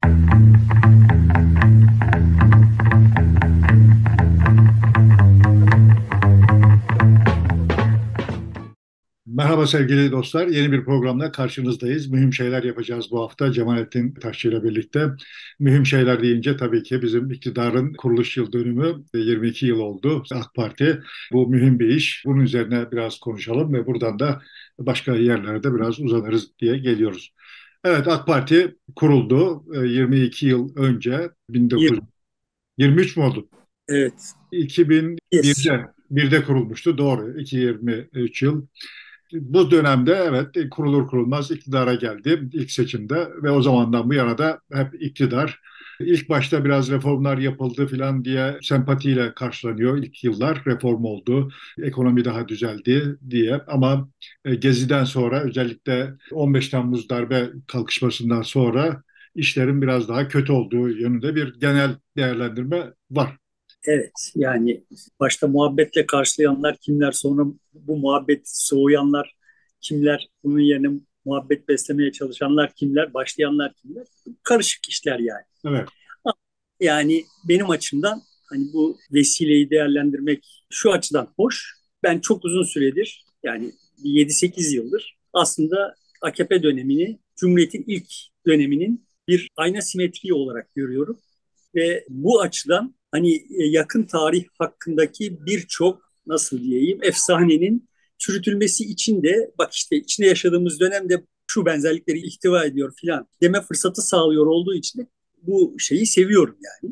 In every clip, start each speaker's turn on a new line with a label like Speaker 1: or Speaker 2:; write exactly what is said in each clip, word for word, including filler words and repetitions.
Speaker 1: Merhaba sevgili dostlar. Yeni bir programla karşınızdayız. Mühim şeyler yapacağız bu hafta Cemalettin Taşçı ile birlikte. Mühim şeyler deyince tabii ki bizim iktidarın kuruluş yıl dönümü yirmi iki yıl oldu. AK Parti bu mühim bir iş. Bunun üzerine biraz konuşalım ve buradan da başka yerlerde biraz uzanırız diye geliyoruz. Evet, AK Parti kuruldu yirmi iki yıl önce.
Speaker 2: Bir,
Speaker 1: bin dokuz yüz yirmi üç mü oldu?
Speaker 2: evet. Bir.
Speaker 1: iki bin birde birde kurulmuştu. Doğru. iki bin yirmi üç yıl. Bu dönemde evet kurulur kurulmaz iktidara geldi ilk seçimde ve o zamandan bu yana da hep iktidar. İlk başta biraz reformlar yapıldı filan diye sempatiyle karşılanıyor. İlk yıllar reform oldu, ekonomi daha düzeldi diye. Ama e, Gezi'den sonra özellikle on beş Temmuz darbe kalkışmasından sonra işlerin biraz daha kötü olduğu yönünde bir genel değerlendirme var.
Speaker 2: Evet. Yani başta muhabbetle karşılayanlar kimler, sonra bu muhabbet soğuyanlar kimler, bunun yerine muhabbet beslemeye çalışanlar kimler, başlayanlar kimler? Karışık işler yani.
Speaker 1: Evet.
Speaker 2: Yani benim açımdan hani bu vesileyi değerlendirmek şu açıdan hoş. Ben çok uzun süredir yani yedi sekiz yıldır aslında A K P dönemini Cumhuriyet'in ilk döneminin bir ayna simetriği olarak görüyorum. Ve bu açıdan hani e, yakın tarih hakkındaki birçok nasıl diyeyim efsanenin çürütülmesi için de bak işte içinde yaşadığımız dönemde şu benzerlikleri ihtiva ediyor filan deme fırsatı sağlıyor olduğu için de bu şeyi seviyorum yani.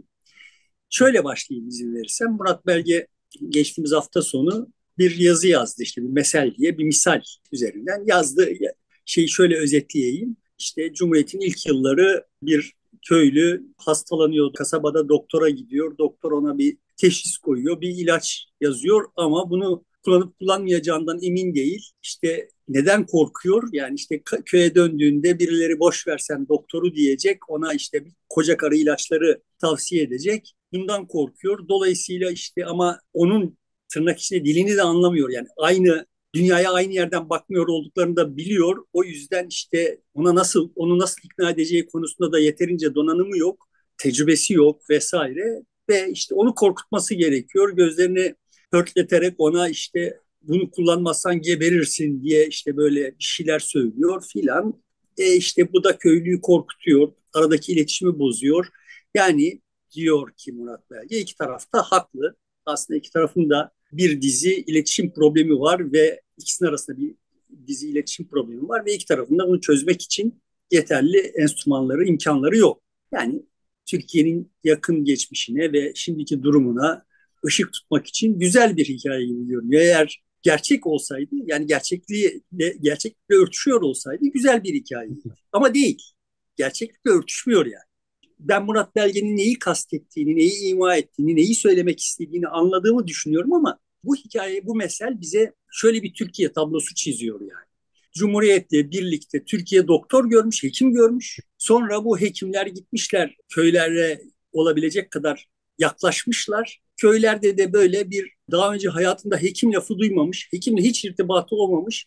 Speaker 2: Şöyle başlayayım izin verirsen. Murat Belge geçtiğimiz hafta sonu bir yazı yazdı işte bir mesel diye bir misal üzerinden yazdı. Şeyi şöyle özetleyeyim. İşte Cumhuriyet'in ilk yılları bir köylü hastalanıyor. Kasabada doktora gidiyor. Doktor ona bir teşhis koyuyor. Bir ilaç yazıyor ama bunu kullanıp kullanmayacağından emin değil. İşte neden korkuyor? Yani işte köye döndüğünde birileri boş versen doktoru diyecek. Ona işte bir koca karı ilaçları tavsiye edecek. Bundan korkuyor. Dolayısıyla işte ama onun tırnak içinde dilini de anlamıyor. Yani aynı dünyaya aynı yerden bakmıyor olduklarını da biliyor. O yüzden işte ona nasıl onu nasıl ikna edeceği konusunda da yeterince donanımı yok, tecrübesi yok vesaire ve işte onu korkutması gerekiyor. Gözlerini pörtleterek ona işte bunu kullanmazsan geberirsin diye işte böyle bir şeyler söylüyor filan. E işte bu da köylüyü korkutuyor, aradaki iletişimi bozuyor. Yani diyor ki Murat Belge iki taraf da haklı. Aslında iki tarafın da bir dizi iletişim problemi var ve ikisinin arasında bir dizi iletişim problemi var ve iki tarafında bunu çözmek için yeterli enstrümanları, imkanları yok. Yani Türkiye'nin yakın geçmişine ve şimdiki durumuna ışık tutmak için güzel bir hikaye gibi görünüyor. Eğer gerçek olsaydı, yani gerçekliğe, gerçeklikle örtüşüyor olsaydı güzel bir hikayeydi. Ama değil. Gerçeklikle örtüşmüyor yani. Ben Murat Belge'nin neyi kastettiğini, neyi ima ettiğini, neyi söylemek istediğini anladığımı düşünüyorum ama bu hikaye, bu mesel bize şöyle bir Türkiye tablosu çiziyor yani. Cumhuriyet'le birlikte Türkiye doktor görmüş, hekim görmüş. Sonra bu hekimler gitmişler köylere olabilecek kadar yaklaşmışlar. Köylerde de böyle bir daha önce hayatında hekim lafı duymamış, hekimle hiç irtibatı olmamış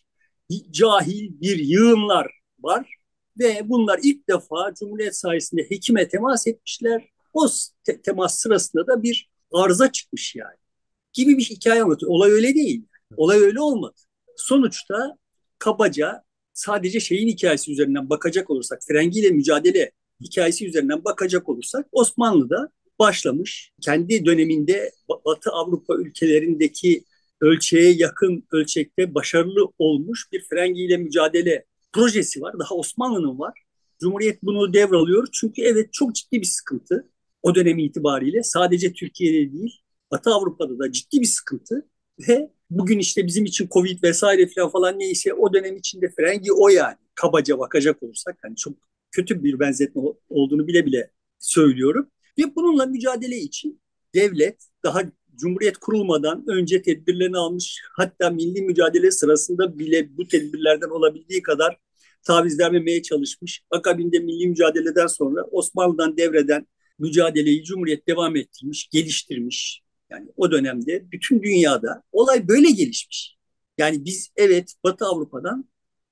Speaker 2: cahil bir yığınlar var. Ve bunlar ilk defa Cumhuriyet sayesinde hekime temas etmişler. O te- temas sırasında da bir arıza çıkmış yani gibi bir hikaye anlatıyor. Olay öyle değil. Olay öyle olmadı. Sonuçta kabaca sadece şeyin hikayesi üzerinden bakacak olursak, frengiyle mücadele hikayesi üzerinden bakacak olursak Osmanlı'da başlamış. Kendi döneminde Batı Avrupa ülkelerindeki ölçeğe yakın ölçekte başarılı olmuş bir frengiyle mücadele projesi var. Daha Osmanlı'nın var. Cumhuriyet bunu devralıyor. Çünkü evet çok ciddi bir sıkıntı o dönem itibariyle. Sadece Türkiye'de değil, Batı Avrupa'da da ciddi bir sıkıntı ve bugün işte bizim için Covid vesaire falan falan neyse o dönem içinde frengi o yani kabaca bakacak olursak hani çok kötü bir benzetme olduğunu bile bile söylüyorum. Ve bununla mücadele için devlet daha Cumhuriyet kurulmadan önce tedbirlerini almış hatta milli mücadele sırasında bile bu tedbirlerden olabildiği kadar taviz vermemeye çalışmış. Akabinde milli mücadeleden sonra Osmanlı'dan devreden mücadeleyi Cumhuriyet devam ettirmiş, geliştirmiş. Yani o dönemde bütün dünyada olay böyle gelişmiş. Yani biz evet Batı Avrupa'dan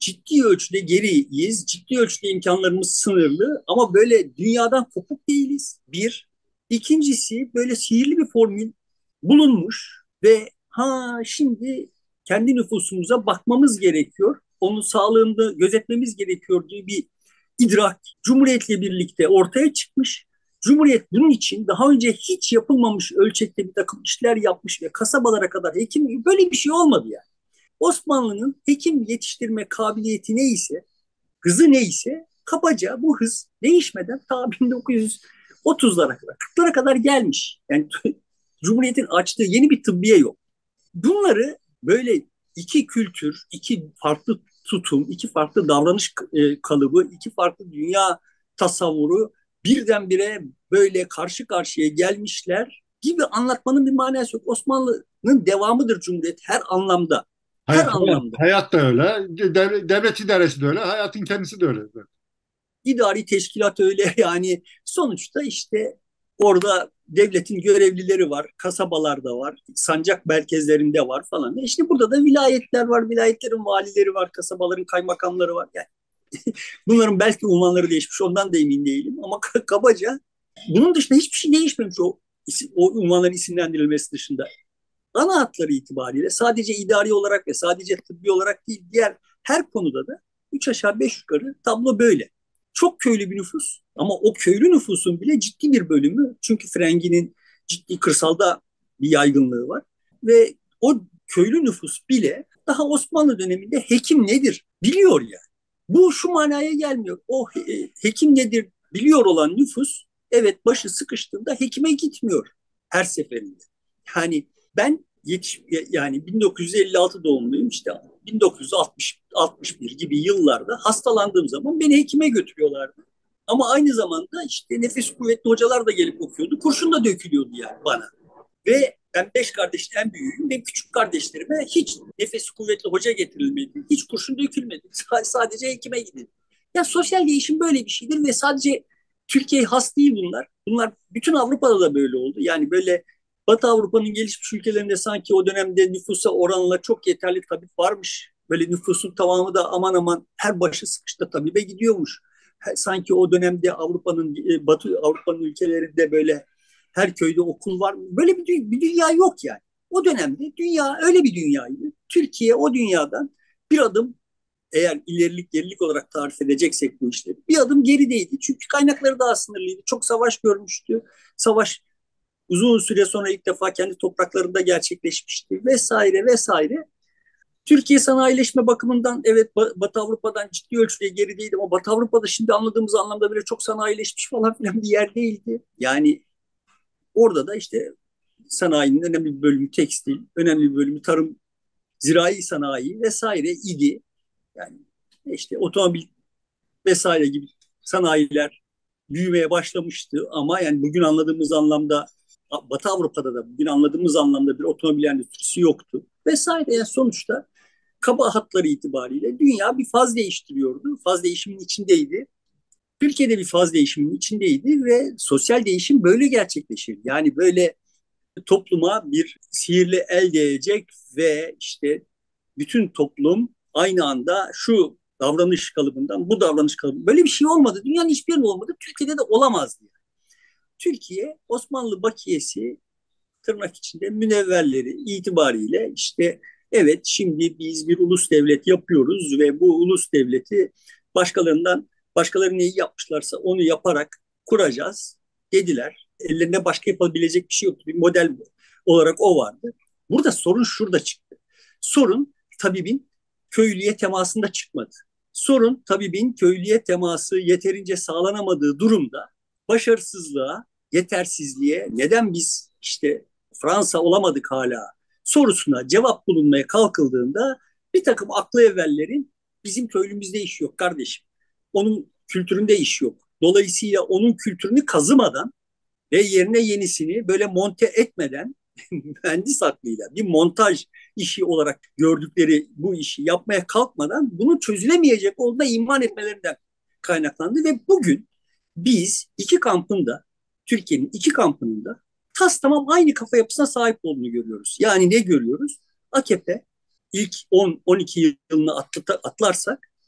Speaker 2: ciddi ölçüde geriyiz. Ciddi ölçüde imkanlarımız sınırlı ama böyle dünyadan kopuk değiliz. Bir. İkincisi böyle sihirli bir formül bulunmuş ve ha şimdi kendi nüfusumuza bakmamız gerekiyor. Onun sağlığını gözetmemiz gerekiyor diye bir idrak Cumhuriyet'le birlikte ortaya çıkmış. Cumhuriyet bunun için daha önce hiç yapılmamış ölçekte bir takım işler yapmış ve kasabalara kadar hekim böyle bir şey olmadı yani. Osmanlı'nın hekim yetiştirme kabiliyeti neyse, hızı neyse kabaca bu hız değişmeden ta bin dokuz yüz otuzlara kadar, kırklara kadar gelmiş. Yani Cumhuriyet'in açtığı yeni bir tıbbiye yok. Bunları böyle iki kültür, iki farklı tutum, iki farklı davranış e, kalıbı, iki farklı dünya tasavvuru birdenbire böyle karşı karşıya gelmişler gibi anlatmanın bir manası yok. Osmanlı'nın devamıdır Cumhuriyet her anlamda. Her
Speaker 1: Hayat, hayat,
Speaker 2: anlamda.
Speaker 1: hayat da öyle, dev- devlet idaresi de öyle, hayatın kendisi de öyle.
Speaker 2: İdari teşkilat öyle yani sonuçta işte orada devletin görevlileri var, kasabalarda var, sancak merkezlerinde var falan. İşte burada da vilayetler var, vilayetlerin valileri var, kasabaların kaymakamları var. Yani bunların belki unvanları değişmiş, ondan da emin değilim ama kabaca bunun dışında hiçbir şey değişmemiş o, o unvanların isimlendirilmesi dışında. Ana hatları itibariyle sadece idari olarak ve sadece tıbbi olarak değil, diğer her konuda da üç aşağı beş yukarı tablo böyle. Çok köylü bir nüfus ama o köylü nüfusun bile ciddi bir bölümü çünkü frenginin ciddi kırsalda bir yaygınlığı var ve o köylü nüfus bile daha Osmanlı döneminde hekim nedir biliyor yani. Bu şu manaya gelmiyor. O he- hekim nedir biliyor olan nüfus evet başı sıkıştığında hekime gitmiyor her seferinde. Yani ben yetiş yani bin dokuz yüz elli altı doğumluyum işte bin dokuz yüz altmış altmış bir gibi yıllarda hastalandığım zaman beni hekime götürüyorlardı. Ama aynı zamanda işte nefes kuvvetli hocalar da gelip okuyordu. Kurşun da dökülüyordu yani bana. Ve ben beş kardeşin en büyüğüyüm. Benim küçük kardeşlerime hiç nefes kuvvetli hoca getirilmedi. Hiç kurşun dökülmedi. Sadece hekime gidildi. Ya sosyal değişim böyle bir şeydir ve sadece Türkiye'ye has değil bunlar. Bunlar bütün Avrupa'da da böyle oldu. Yani böyle Batı Avrupa'nın gelişmiş ülkelerinde sanki o dönemde nüfusa oranla çok yeterli tabip varmış. Böyle nüfusun tamamı da aman aman her başı sıkışta tabibe gidiyormuş. Sanki o dönemde Avrupa'nın Batı Avrupa'nın ülkelerinde böyle her köyde okul var. Böyle bir, bir dünya yok yani. O dönemde dünya öyle bir dünyaydı. Türkiye o dünyadan bir adım eğer ilerilik gerilik olarak tarif edeceksek bu işte bir adım gerideydi. Çünkü kaynakları daha sınırlıydı. Çok savaş görmüştü. Savaş uzun süre sonra ilk defa kendi topraklarında gerçekleşmişti vesaire vesaire. Türkiye sanayileşme bakımından evet Batı Avrupa'dan ciddi ölçüde gerideydi ama Batı Avrupa'da şimdi anladığımız anlamda bile çok sanayileşmiş falan filan bir yer değildi. Yani orada da işte sanayinin önemli bir bölümü tekstil, önemli bir bölümü tarım, zirai sanayi vesaire idi. Yani işte otomobil vesaire gibi sanayiler büyümeye başlamıştı ama yani bugün anladığımız anlamda Batı Avrupa'da da bugün anladığımız anlamda bir otomobil endüstrisi yoktu vesaire. Yani sonuçta kaba hatları itibariyle dünya bir faz değiştiriyordu. Faz değişimin içindeydi. Türkiye'de bir faz değişimin içindeydi ve sosyal değişim böyle gerçekleşir. Yani böyle topluma bir sihirli el değecek ve işte bütün toplum aynı anda şu davranış kalıbından bu davranış kalıbı. Böyle bir şey olmadı. Dünyanın hiçbir yerinde olmadı. Türkiye'de de olamazdı. Yani. Türkiye Osmanlı bakiyesi tırnak içinde münevverleri itibariyle işte evet şimdi biz bir ulus devlet yapıyoruz ve bu ulus devleti başkalarından başkaları neyi yapmışlarsa onu yaparak kuracağız dediler. Ellerinde başka yapabilecek bir şey yoktu. Bir model olarak o vardı. Burada sorun şurada çıktı. Sorun tabibin köylüye temasında çıkmadı. Sorun tabibin köylüye teması yeterince sağlanamadığı durumda başarısızlığa, yetersizliğe neden biz işte Fransa olamadık hala sorusuna cevap bulunmaya kalkıldığında bir takım aklı evvellerin bizim köylümüzde iş yok kardeşim. Onun kültüründe iş yok. Dolayısıyla onun kültürünü kazımadan ve yerine yenisini böyle monte etmeden mühendis aklıyla bir montaj işi olarak gördükleri bu işi yapmaya kalkmadan bunun çözülemeyecek olduğuna iman etmelerinden kaynaklandı ve bugün biz iki kampın da Türkiye'nin iki kampının da tas tamam aynı kafa yapısına sahip olduğunu görüyoruz. Yani ne görüyoruz? A K P ilk on on iki yılını atlarsak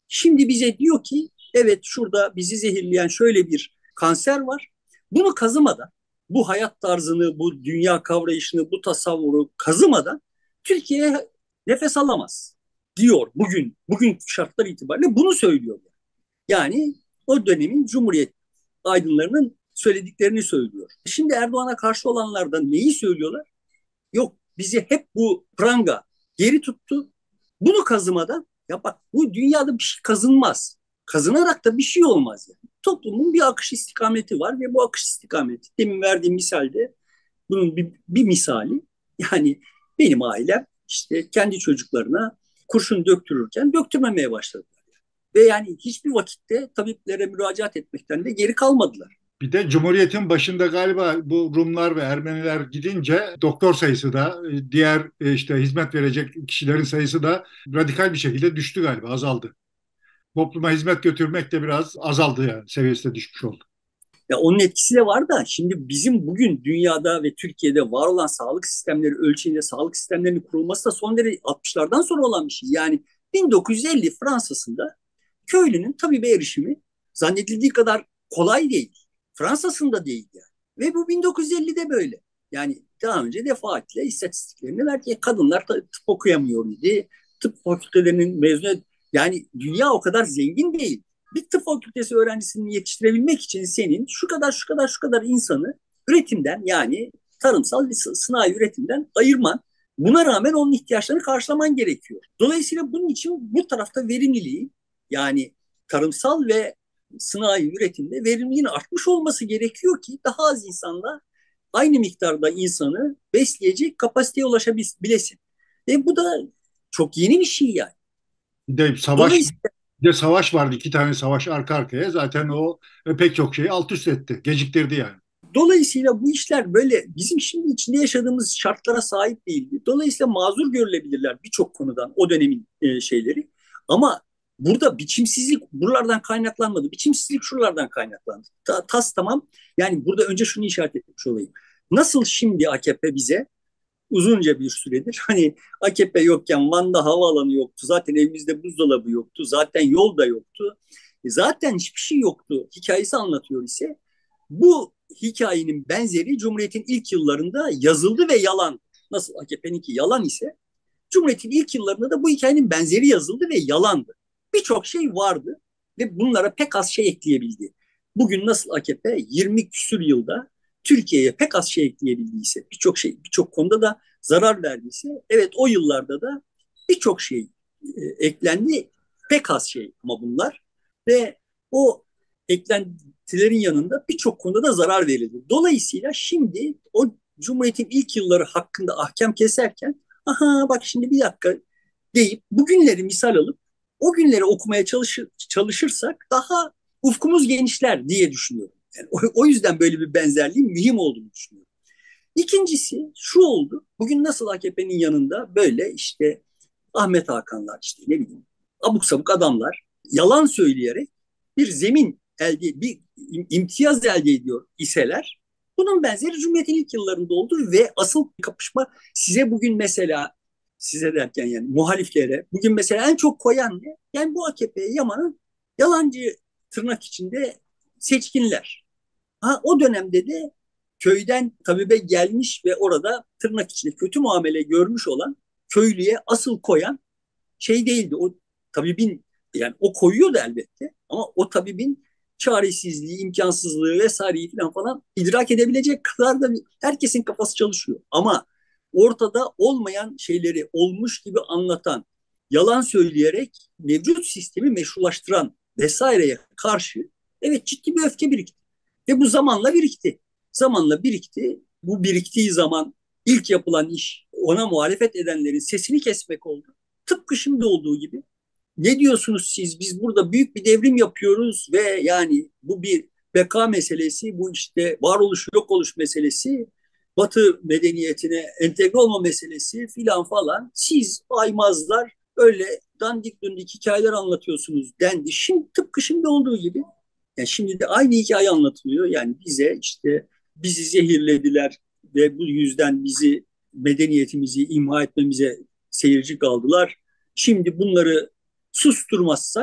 Speaker 2: Şimdi bize diyor ki evet şurada bizi zehirleyen şöyle bir kanser var. Bunu kazımadan, bu hayat tarzını, bu dünya kavrayışını, bu tasavvuru kazımadan Türkiye nefes alamaz diyor bugün, bugün şartlar itibariyle bunu söylüyor. Yani o dönemin Cumhuriyet aydınlarının söylediklerini söylüyor. Şimdi Erdoğan'a karşı olanlardan neyi söylüyorlar? Yok bizi hep bu pranga geri tuttu. Bunu kazımadan ya bak bu dünyada bir şey kazınmaz. Kazınarak da bir şey olmaz yani. Toplumun bir akış istikameti var ve bu akış istikameti demin verdiğim misalde bunun bir, bir misali yani benim ailem işte kendi çocuklarına kurşun döktürürken döktürmemeye başladı. Ve yani hiçbir vakitte tabiplere müracaat etmekten de geri kalmadılar.
Speaker 1: Bir de Cumhuriyet'in başında galiba bu Rumlar ve Ermeniler gidince doktor sayısı da diğer e, işte hizmet verecek kişilerin sayısı da radikal bir şekilde düştü galiba, azaldı. Topluma hizmet götürmek de biraz azaldı yani seviyesi de düşmüş oldu.
Speaker 2: Ya onun etkisi de var da şimdi bizim bugün dünyada ve Türkiye'de var olan sağlık sistemleri ölçeğinde sağlık sistemlerinin kurulması da son derece altmışlardan sonra olan bir şey. Yani bin dokuz yüz elli Fransa'sında köylünün tabibe erişimi zannedildiği kadar kolay değil. Fransa'sında değil yani. Ve bu bin dokuz yüz ellide böyle. Yani daha önce defaatle istatistiklerini verdi. Kadınlar tıp okuyamıyor idi. Tıp fakültelerinin mezunu yani dünya o kadar zengin değil. Bir tıp fakültesi öğrencisini yetiştirebilmek için senin şu kadar şu kadar şu kadar insanı üretimden yani tarımsal bir sanayi üretimden ayırman. Buna rağmen onun ihtiyaçlarını karşılaman gerekiyor. Dolayısıyla bunun için bu tarafta verimliliği yani tarımsal ve sanayi üretimde verimliliğin artmış olması gerekiyor ki daha az insanla aynı miktarda insanı besleyecek kapasiteye ulaşabilesin. E bu da çok yeni bir şey yani.
Speaker 1: Bir de savaş
Speaker 2: Dolayısıyla
Speaker 1: bir de savaş vardı, iki tane savaş arka arkaya. Zaten o pek çok şeyi alt üst etti, geciktirdi yani.
Speaker 2: Dolayısıyla bu işler böyle bizim şimdi içinde yaşadığımız şartlara sahip değildi. Dolayısıyla mazur görülebilirler birçok konudan o dönemin e, şeyleri. Ama burada biçimsizlik buralardan kaynaklanmadı. Biçimsizlik şuralardan kaynaklandı. Ta, tas tamam. Yani burada önce şunu işaret etmiş olayım. Nasıl şimdi A K P bize uzunca bir süredir hani A K P yokken Van'da havaalanı yoktu. Zaten evimizde buzdolabı yoktu. Zaten yol da yoktu. E, zaten hiçbir şey yoktu. Hikayesi anlatıyor ise bu hikayenin benzeri Cumhuriyet'in ilk yıllarında yazıldı ve yalan. Nasıl A K P'ninki yalan ise Cumhuriyet'in ilk yıllarında da bu hikayenin benzeri yazıldı ve yalandı. Birçok şey vardı ve bunlara pek az şey ekleyebildi. Bugün nasıl A K P yirmi küsür yılda Türkiye'ye pek az şey ekleyebildiyse, birçok şey, birçok konuda da zarar verdiyse, evet o yıllarda da birçok şey e, eklendi, pek az şey ama bunlar ve o eklentilerin yanında birçok konuda da zarar verildi. Dolayısıyla şimdi o Cumhuriyet'in ilk yılları hakkında ahkam keserken aha bak şimdi bir dakika deyip bugünleri misal alıp o günleri okumaya çalışır, çalışırsak daha ufkumuz genişler diye düşünüyorum. Yani o, o yüzden böyle bir benzerliğin mühim olduğunu düşünüyorum. İkincisi şu oldu. Bugün nasıl A K P'nin yanında böyle işte Ahmet Hakanlar işte ne bileyim abuk sabuk adamlar yalan söyleyerek bir zemin elde bir imtiyaz elde ediyor iseler bunun benzeri Cumhuriyet'in ilk yıllarında oldu ve asıl kapışma size bugün mesela size derken yani muhaliflere bugün mesela en çok koyan ne? Yani bu A K P'ye Yaman'ın yalancı tırnak içinde seçkinler. Ha, o dönemde de köyden tabibe gelmiş ve orada tırnak içinde kötü muamele görmüş olan köylüye asıl koyan şey değildi. O tabibin yani o koyuyordu elbette ama o tabibin çaresizliği, imkansızlığı vesaireyi falan falan idrak edebilecek kadar da herkesin kafası çalışıyor. Ama ortada olmayan şeyleri olmuş gibi anlatan, yalan söyleyerek mevcut sistemi meşrulaştıran vesaireye karşı evet ciddi bir öfke birikti. Ve bu zamanla birikti. Zamanla birikti. Bu biriktiği zaman ilk yapılan iş ona muhalefet edenlerin sesini kesmek oldu. Tıpkı şimdi olduğu gibi. Ne diyorsunuz siz? Biz burada büyük bir devrim yapıyoruz ve yani bu bir beka meselesi, bu işte varoluş yok oluş meselesi, Batı medeniyetine entegre olma meselesi filan falan. Siz aymazlar öyle dandik dundik hikayeler anlatıyorsunuz dendi. Şimdi tıpkı şimdi olduğu gibi. Yani şimdi de aynı hikaye anlatılıyor. Yani bize işte bizi zehirlediler ve bu yüzden bizi medeniyetimizi imha etmemize seyirci kaldılar. Şimdi bunları susturmazsak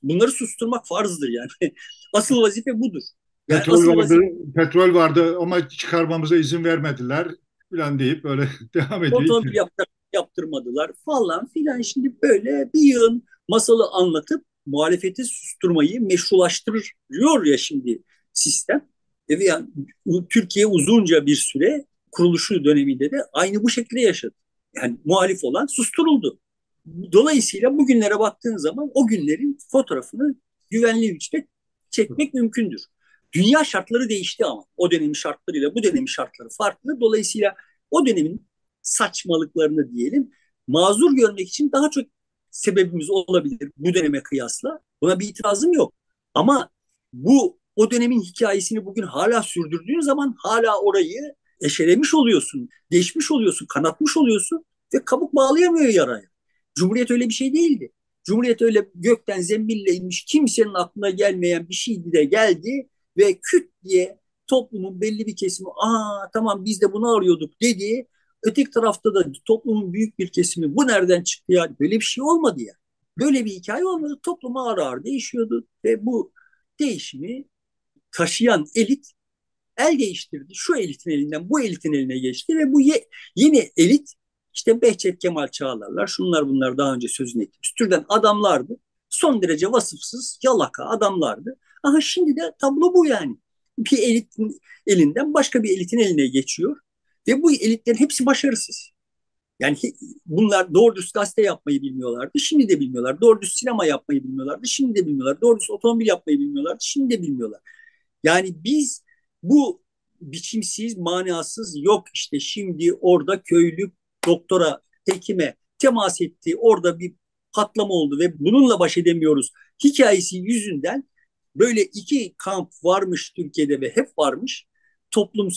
Speaker 2: bunları susturmak farzdır yani. Asıl vazife budur. Yani
Speaker 1: Petrol
Speaker 2: asıl
Speaker 1: vardı,
Speaker 2: vazife
Speaker 1: petrol vardı ama çıkarmamıza izin vermediler falan deyip böyle devam ediyor.
Speaker 2: otomobil yaptır, yaptırmadılar falan filan. Şimdi böyle bir yığın masalı anlatıp muhalefeti susturmayı meşrulaştırıyor ya şimdi sistem. E, ve yani, Türkiye uzunca bir süre kuruluşu döneminde de aynı bu şekilde yaşadı. Yani muhalif olan susturuldu. Dolayısıyla bugünlere baktığın zaman o günlerin fotoğrafını güvenli bir çekmek mümkündür. Dünya şartları değişti ama o dönemin şartlarıyla bu dönemin şartları farklı. Dolayısıyla o dönemin saçmalıklarını diyelim mazur görmek için daha çok sebebimiz olabilir bu döneme kıyasla. Buna bir itirazım yok. Ama bu o dönemin hikayesini bugün hala sürdürdüğün zaman hala orayı eşelemiş oluyorsun, değişmiş oluyorsun, kanatmış oluyorsun ve kabuk bağlayamıyor yaraya. Cumhuriyet öyle bir şey değildi. Cumhuriyet öyle gökten zembille inmiş, kimsenin aklına gelmeyen bir şeydi de geldi ve küt diye toplumun belli bir kesimi, aa tamam biz de bunu arıyorduk dedi. Öteki tarafta da toplumun büyük bir kesimi bu nereden çıktı ya? Böyle bir şey olmadı ya. Böyle bir hikaye olmadı. Toplum ağır ağır değişiyordu ve bu değişimi taşıyan elit el değiştirdi. Şu elitin elinden bu elitin eline geçti ve bu ye, yeni elit işte Behçet Kemal Çağlarlar, şunlar bunlar daha önce sözünü ettiğimiz türden adamlardı. Son derece vasıfsız, yalaka adamlardı. Aha şimdi de tablo bu yani. Bir elitin elinden başka bir elitin eline geçiyor ve bu elitlerin hepsi başarısız. Yani bunlar doğru düz gazete yapmayı bilmiyorlardı. Şimdi de bilmiyorlar. Doğru düz sinema yapmayı bilmiyorlardı. Şimdi de bilmiyorlar. Doğru düz otomobil yapmayı bilmiyorlardı. Şimdi de bilmiyorlar. Yani biz bu biçimsiz, manasız yok işte şimdi orada köylü doktora, hekime temas etti. Orada bir patlama oldu ve bununla baş edemiyoruz. Hikayesi yüzünden böyle iki kamp varmış Türkiye'de ve hep varmış. Toplum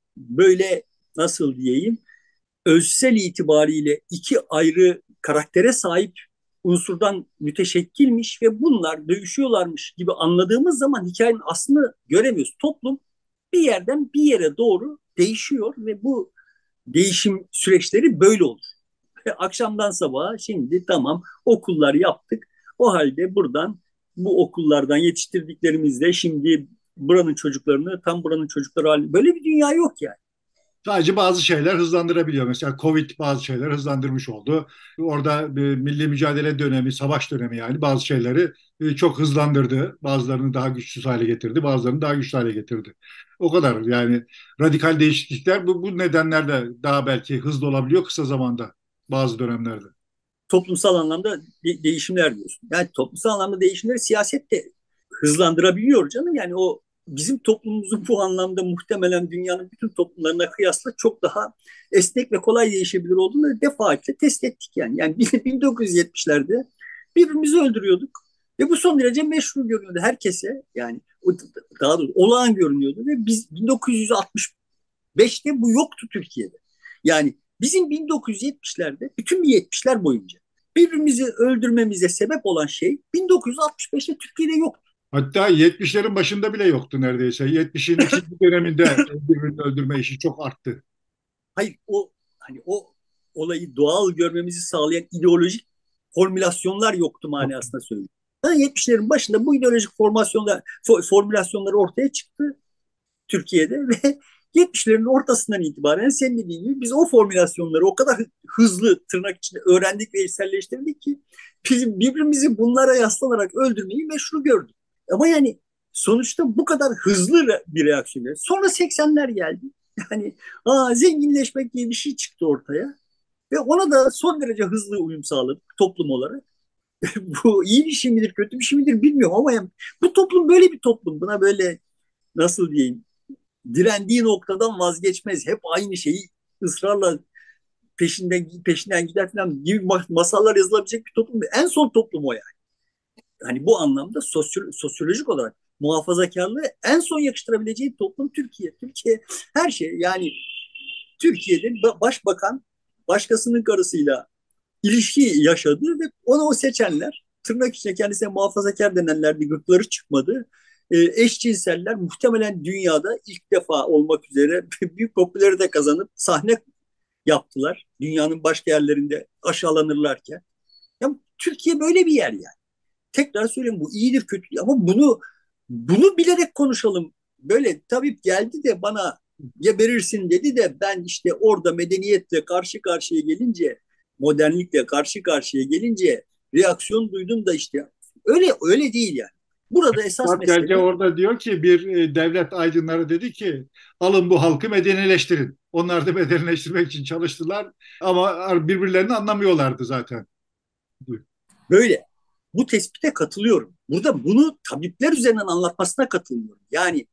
Speaker 2: böyle nasıl diyeyim özsel itibariyle iki ayrı karaktere sahip unsurdan müteşekkilmiş ve bunlar dövüşüyorlarmış gibi anladığımız zaman hikayenin aslını göremiyoruz. Toplum bir yerden bir yere doğru değişiyor ve bu değişim süreçleri böyle olur. Akşamdan sabaha şimdi tamam okullar yaptık. O halde buradan bu okullardan yetiştirdiklerimizle şimdi buranın çocuklarını tam buranın çocukları haline böyle bir dünya yok yani.
Speaker 1: Sadece bazı şeyler hızlandırabiliyor. Mesela Covid bazı şeyler hızlandırmış oldu. Orada bir milli mücadele dönemi, savaş dönemi yani bazı şeyleri e, çok hızlandırdı. Bazılarını daha güçsüz hale getirdi, bazılarını daha güçlü hale getirdi. O kadar yani radikal değişiklikler bu, bu nedenlerle daha belki hızlı olabiliyor kısa zamanda bazı dönemlerde.
Speaker 2: Toplumsal anlamda de- değişimler diyorsun. Yani toplumsal anlamda değişimleri siyaset de hızlandırabiliyor canım. Yani o bizim toplumumuzun bu anlamda muhtemelen dünyanın bütün toplumlarına kıyasla çok daha esnek ve kolay değişebilir olduğunu defaatle test ettik yani. Yani bin dokuz yüz yetmişlerde birbirimizi öldürüyorduk ve bu son derece meşru görünüyordu herkese. Yani daha doğrusu olağan görünüyordu ve biz bin dokuz yüz altmış beşte bu yoktu Türkiye'de. Yani bizim bin dokuz yüz yetmişlerde bütün bir yetmişler boyunca birbirimizi öldürmemize sebep olan şey bin dokuz yüz altmış beşte Türkiye'de yoktu.
Speaker 1: Hatta yetmişlerin başında bile yoktu neredeyse. yetmişin ikinci döneminde birbirini öldürme işi çok arttı.
Speaker 2: Hayır o hani o olayı doğal görmemizi sağlayan ideolojik formülasyonlar yoktu manasında söylüyorum. Yani yetmişlerin başında bu ideolojik formasyonlar formülasyonlar ortaya çıktı Türkiye'de ve yetmişlerin ortasından itibaren senin dediğin gibi biz o formülasyonları o kadar hızlı tırnak içinde öğrendik ve içselleştirdik ki bizim birbirimizi bunlara yaslanarak öldürmeyi meşru gördük. Ama yani sonuçta bu kadar hızlı bir reaksiyon. Sonra seksenler geldi. Yani aa, zenginleşmek diye bir şey çıktı ortaya. Ve ona da son derece hızlı uyum sağladık toplum olarak. Bu iyi bir şey midir, kötü bir şey midir bilmiyorum ama yani bu toplum böyle bir toplum. Buna böyle nasıl diyeyim direndiği noktadan vazgeçmez. Hep aynı şeyi ısrarla peşinden peşinden gider falan gibi masallar yazılabilecek bir toplum. En son toplum o yani. Hani bu anlamda sosyo sosyolojik olarak muhafazakarlığı en son yakıştırabileceği toplum Türkiye. Türkiye her şey yani Türkiye'de başbakan başkasının karısıyla ilişki yaşadı ve onu o seçenler tırnak içinde kendisine muhafazakar denenler bir gırkları çıkmadı. E, eşcinseller muhtemelen dünyada ilk defa olmak üzere büyük popülerite kazanıp sahne yaptılar. Dünyanın başka yerlerinde aşağılanırlarken. Ya, Türkiye böyle bir yer yani. Tekrar söyleyeyim, bu iyidir kötü ama bunu bunu bilerek konuşalım. Böyle tabip geldi de bana geberirsin dedi de ben işte orada medeniyetle karşı karşıya gelince, modernlikle karşı karşıya gelince reaksiyon duydum da işte öyle öyle değil yani. Burada esas
Speaker 1: Murat Gerce
Speaker 2: mesele
Speaker 1: orada diyor ki bir e, devlet aydınları dedi ki alın bu halkı medenileştirin. Onlar da medenileştirmek için çalıştılar ama birbirlerini anlamıyorlardı zaten.
Speaker 2: böyle. Bu tespite katılıyorum. Burada bunu tabipler üzerinden anlatmasına katılmıyorum. Yani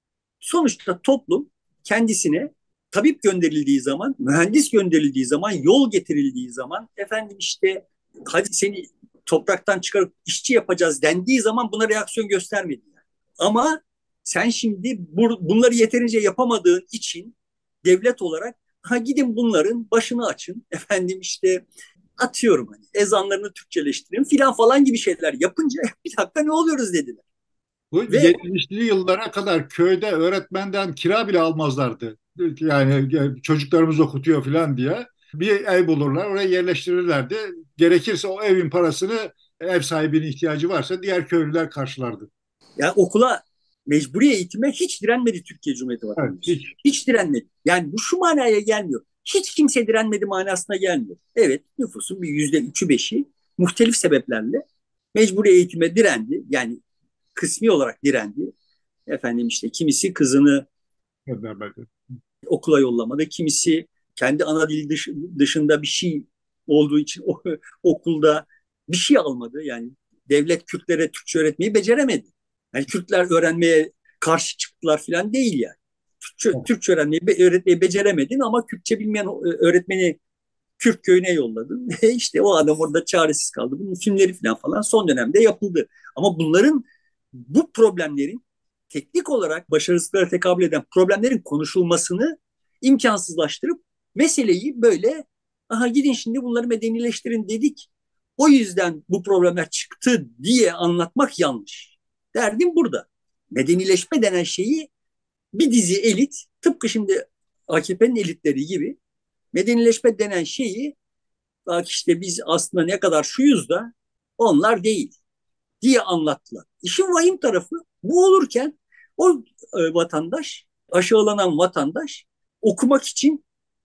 Speaker 2: sonuçta toplum kendisine tabip gönderildiği zaman, mühendis gönderildiği zaman, yol getirildiği zaman, efendim işte hadi seni topraktan çıkarıp işçi yapacağız dendiği zaman buna reaksiyon göstermedi. Yani. Ama sen şimdi bur- bunları yeterince yapamadığın için devlet olarak ha gidin bunların başını açın. Efendim işte atıyorum hani ezanlarını Türkçeleştirin filan falan gibi şeyler yapınca bir dakika ne oluyoruz dediler.
Speaker 1: Bu
Speaker 2: Ve
Speaker 1: yetmişli yıllara kadar köyde öğretmenden kira bile almazlardı. Yani çocuklarımız okutuyor falan diye. Bir ev bulurlar, oraya yerleştirirlerdi. Gerekirse o evin parasını ev sahibinin ihtiyacı varsa diğer köylüler karşılardı.
Speaker 2: yani okula mecburi eğitime hiç direnmedi Türkiye Cumhuriyeti
Speaker 1: Evet,
Speaker 2: vatandaşı.
Speaker 1: hiç.
Speaker 2: Hiç direnmedi. Yani bu şu manaya gelmiyor. Hiç kimse direnmedi manasına gelmiyor. Evet, nüfusun bir yüzde üçü beşi muhtelif sebeplerle mecburi eğitime direndi. Yani kısmi olarak direndi. Efendim işte kimisi kızını
Speaker 1: Göndermedi.
Speaker 2: okula yollamadı. Kimisi kendi ana dili dış, dışında bir şey olduğu için o, okulda bir şey almadı. Yani devlet Kürtlere Türkçe öğretmeyi beceremedi. Yani Kürtler öğrenmeye karşı çıktılar falan değil yani. Türkçe, Türkçe öğrenmeyi, be, öğretmeyi beceremedin ama Kürtçe bilmeyen öğretmeni Kürt köyüne yolladın. E işte o adam orada çaresiz kaldı. Bunun filmleri falan falan son dönemde yapıldı. Ama bunların bu problemlerin teknik olarak başarısızlıklara tekabül eden problemlerin konuşulmasını imkansızlaştırıp meseleyi böyle aha gidin şimdi bunları medenileştirin dedik. O yüzden bu problemler çıktı diye anlatmak yanlış. Derdim burada. Medenileşme denen şeyi bir dizi elit tıpkı şimdi A K P'nin elitleri gibi medenileşme denen şeyi bak işte biz aslında ne kadar şuyuz da onlar değil diye anlattılar. İşin vahim tarafı bu olurken o e, vatandaş, aşağılanan vatandaş okumak için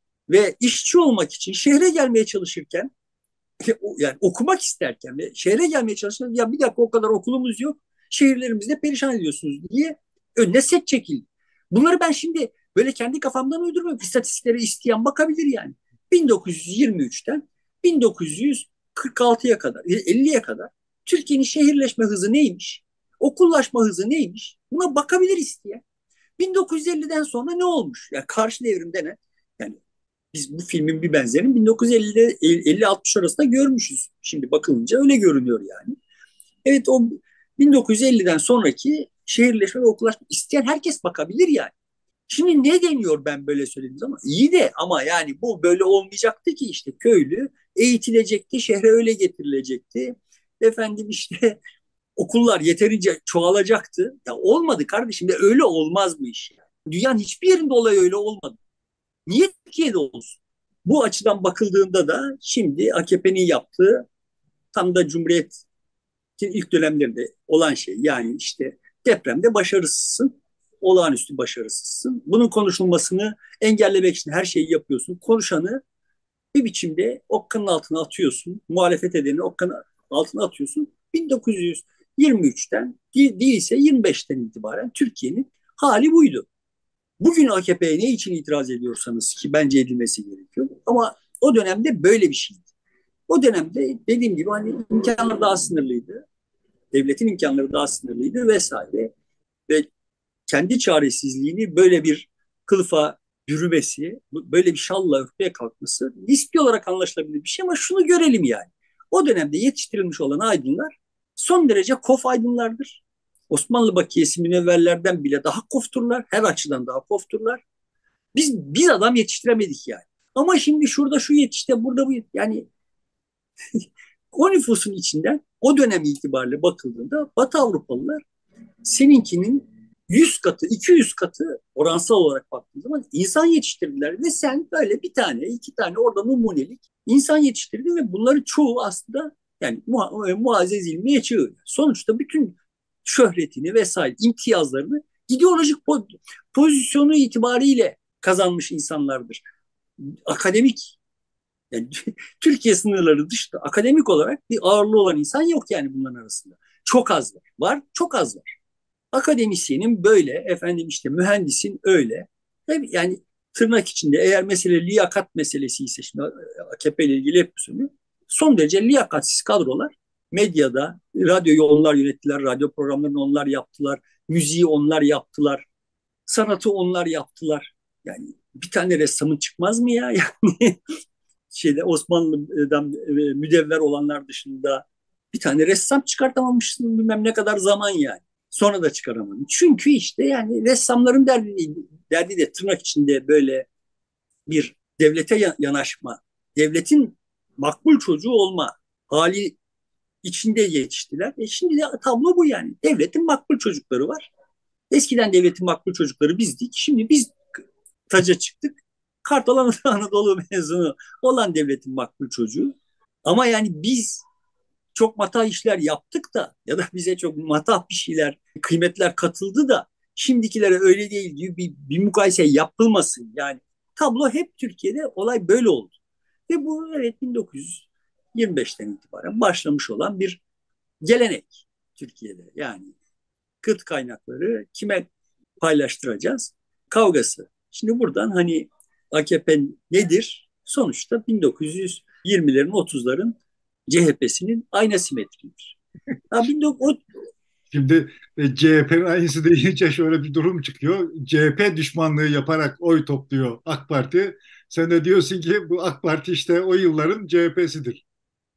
Speaker 2: ve işçi olmak için şehre gelmeye çalışırken yani okumak isterken ve şehre gelmeye çalışırken ya bir dakika o kadar okulumuz yok şehirlerimizde perişan ediyorsunuz diye önüne set çekildi. Bunları ben şimdi böyle kendi kafamdan uydurmuyorum. İstatistiklere isteyen bakabilir yani. bin dokuz yüz yirmi üçten bin dokuz yüz kırk altıya kadar, elliye kadar Türkiye'nin şehirleşme hızı neymiş? Okullaşma hızı neymiş? Buna bakabilir isteyen. bin dokuz yüz elliden sonra ne olmuş? Yani karşı devrimde ne? Yani biz bu filmin bir benzerini bin dokuz yüz ellide elli altmış arasında görmüşüz. Şimdi bakılınca öyle görünüyor yani. Evet o bin dokuz yüz elliden sonraki şehirleşme ve okullaşma isteyen herkes bakabilir yani. Şimdi ne deniyor ben böyle söylediğim zaman? İyi de ama yani bu böyle olmayacaktı ki işte köylü eğitilecekti, şehre öyle getirilecekti. Efendim işte okullar yeterince çoğalacaktı. Ya olmadı kardeşim de öyle olmaz bu iş. Yani. Dünyanın hiçbir yerinde olay öyle olmadı. Niye Türkiye'de olsun? Bu açıdan bakıldığında da şimdi A K P'nin yaptığı tam da Cumhuriyet'in ilk dönemlerinde olan şey. Yani işte depremde başarısızsın, olağanüstü başarısızsın. Bunun konuşulmasını engellemek için her şeyi yapıyorsun. Konuşanı bir biçimde okkanın altına atıyorsun. Muhalefet edeni okkanın altına atıyorsun. bin dokuz yüz yirmi üçten değilse yirmi beşten itibaren Türkiye'nin hali buydu. Bugün A K P'ye ne için itiraz ediyorsanız ki bence edilmesi gerekiyor. Ama o dönemde böyle bir şeydi. O dönemde dediğim gibi hani imkanlar daha sınırlıydı. Devletin imkanları daha sınırlıydı vesaire. Ve kendi çaresizliğini böyle bir kılıfa bürümesi, böyle bir şalla örtmeye kalkması nispi olarak anlaşılabilir bir şey ama şunu görelim yani. O dönemde yetiştirilmiş olan aydınlar son derece kof aydınlardır. Osmanlı bakiyesi münevverlerden bile daha kofturlar. Her açıdan daha kofturlar. Biz biz adam yetiştiremedik yani. Ama şimdi şurada şu yetişti, burada bu yani o nüfusun içinden o dönem itibariyle bakıldığında Batı Avrupalılar seninkinin yüz katı, iki yüz katı oransal olarak baktığın zaman insan yetiştirdiler ve sen böyle bir tane, iki tane orada numunelik insan yetiştirdin ve bunların çoğu aslında Yani Mu- Muazzez İlmiye Çığır. Sonuçta bütün şöhretini vesaire imtiyazlarını ideolojik po- pozisyonu itibariyle kazanmış insanlardır. Akademik, yani Türkiye sınırları dışında akademik olarak bir ağırlığı olan insan yok yani bunların arasında. Çok az var. Var, çok az var. Akademisyenin böyle, efendim işte mühendisin öyle. Yani tırnak içinde eğer mesele liyakat meselesi ise, şimdi A K P ile ilgili hep söylüyor. Son derece liyakatsiz kadrolar medyada, radyoyu onlar yönettiler, radyo programlarını onlar yaptılar, müziği onlar yaptılar, sanatı onlar yaptılar. Yani bir tane ressamın çıkmaz mı ya? Yani şeyde Osmanlı'dan e, müdevver olanlar dışında bir tane ressam çıkartamamışsın bilmem ne kadar zaman yani. Sonra da çıkaramadım. Çünkü işte yani ressamların derdi, derdi de tırnak içinde böyle bir devlete yanaşma, devletin makbul çocuğu olma hali içinde yetiştiler. E şimdi de tablo bu yani. Devletin makbul çocukları var. Eskiden devletin makbul çocukları bizdik. Şimdi biz taca çıktık. Kartal Anadolu mezunu olan devletin makbul çocuğu. Ama yani biz çok matah işler yaptık da ya da bize çok matah bir şeyler, kıymetler katıldı da şimdikilere öyle değil diye bir, bir mukayese yapılmasın. Yani tablo hep Türkiye'de olay böyle oldu. Ve bu evet bin dokuz yüz yirmi beşten itibaren başlamış olan bir gelenek Türkiye'de. Yani kıt kaynakları kime paylaştıracağız kavgası. Şimdi buradan hani A K P nedir? Sonuçta bin dokuz yüz yirmilerin otuzların C H P'sinin ayna simetriğidir. Ha, bin dokuz yüz
Speaker 1: Şimdi e, C H P'nin aynısı deyince şöyle bir durum çıkıyor. C H P düşmanlığı yaparak oy topluyor AK Parti. Sen de diyorsun ki bu AK Parti işte o yılların C H P'sidir.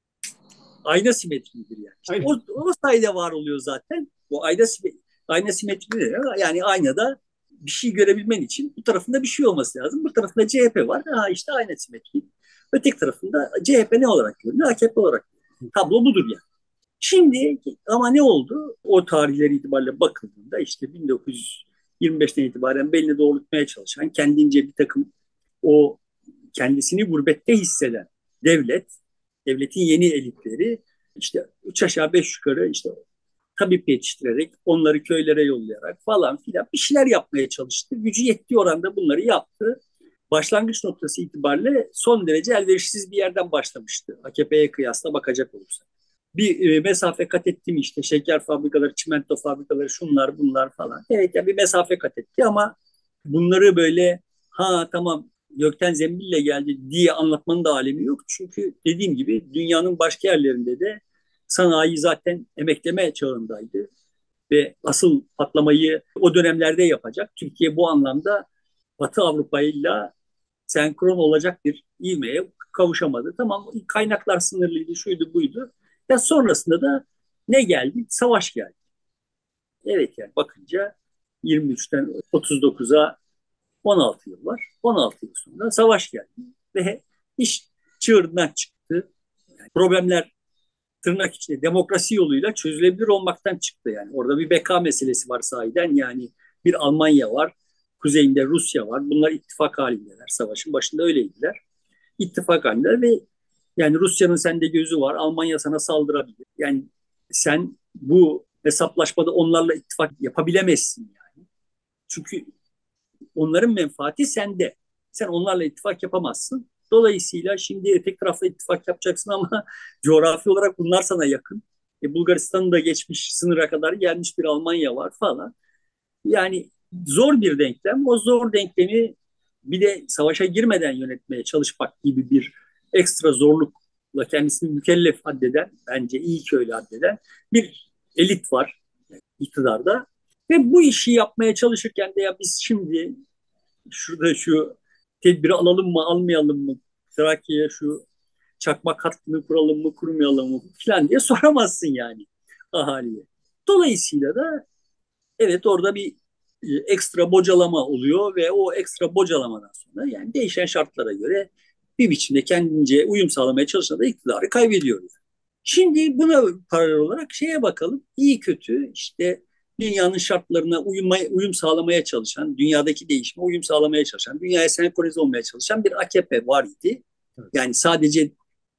Speaker 2: ayna simetriğidir yani. İşte
Speaker 1: Hayır.
Speaker 2: o, o sayede var oluyor zaten. Bu ayna, ayna simetriği yani aynada bir şey görebilmen için bu tarafında bir şey olması lazım. Bu tarafında C H P var. Ha işte ayna simetriği. Öteki tarafında C H P ne olarak görünüyor? A K P olarak görünüyor. Tablo budur yani. Şimdi ama ne oldu? O tarihler itibariyle bakıldığında işte bin dokuz yüz yirmi beşten itibaren belini doğrultmaya çalışan, kendince bir takım o kendisini gurbette hisseden devlet, devletin yeni elitleri işte üç aşağı beş yukarı işte tabip yetiştirerek, onları köylere yollayarak falan filan bir şeyler yapmaya çalıştı. Gücü yettiği oranda bunları yaptı. Başlangıç noktası itibariyle son derece elverişsiz bir yerden başlamıştı. A K P'ye kıyasla bakacak olursak. Bir e, mesafe kat etti mi işte şeker fabrikaları, çimento fabrikaları, şunlar bunlar falan. Evet yani bir mesafe kat etti ama bunları böyle ha tamam gökten zembille geldi diye anlatmanın da alemi yok. Çünkü dediğim gibi dünyanın başka yerlerinde de sanayi zaten emekleme çağındaydı ve asıl patlamayı o dönemlerde yapacak. Türkiye bu anlamda Batı Avrupa ile senkron olacak bir ivmeye kavuşamadı. Tamam kaynaklar sınırlıydı, şuydu buydu. Ya sonrasında da ne geldi? Savaş geldi. Evet yani bakınca yirmi üçten otuz dokuza on altı yıl var. on altı yıl sonra savaş geldi ve iş çığırından çıktı. Yani problemler tırnak içinde demokrasi yoluyla çözülebilir olmaktan çıktı yani. Orada bir beka meselesi var sahiden yani bir Almanya var, kuzeyinde Rusya var. Bunlar ittifak halindeler. Savaşın başında öyleydiler. İttifak halindeler ve yani Rusya'nın sende gözü var. Almanya sana saldırabilir. Yani sen bu hesaplaşmada onlarla ittifak yapabilemezsin yani. Çünkü onların menfaati sende. Sen onlarla ittifak yapamazsın. Dolayısıyla şimdi tek tarafla ittifak yapacaksın ama coğrafi olarak bunlar sana yakın. E, Bulgaristan'ın da geçmiş sınıra kadar gelmiş bir Almanya var falan. Yani zor bir denklem. O zor denklemi bir de savaşa girmeden yönetmeye çalışmak gibi bir ekstra zorlukla kendisini mükellef addeden, bence iyi ki öyle addeden bir elit var iktidarda. Ve bu işi yapmaya çalışırken de ya biz şimdi şurada şu tedbiri alalım mı almayalım mı? Trakya'ya şu çakmak hattını kuralım mı kurmayalım mı falan diye soramazsın yani ahaliye. Dolayısıyla da evet orada bir e, ekstra bocalama oluyor ve o ekstra bocalamadan sonra yani değişen şartlara göre bir biçimde kendince uyum sağlamaya çalışan da iktidarı kaybediyoruz. Şimdi buna paralel olarak şeye bakalım. İyi kötü işte dünyanın şartlarına uyumaya, uyum sağlamaya çalışan, dünyadaki değişime uyum sağlamaya çalışan, dünyaya senkronize olmaya çalışan bir A K P var idi. Yani sadece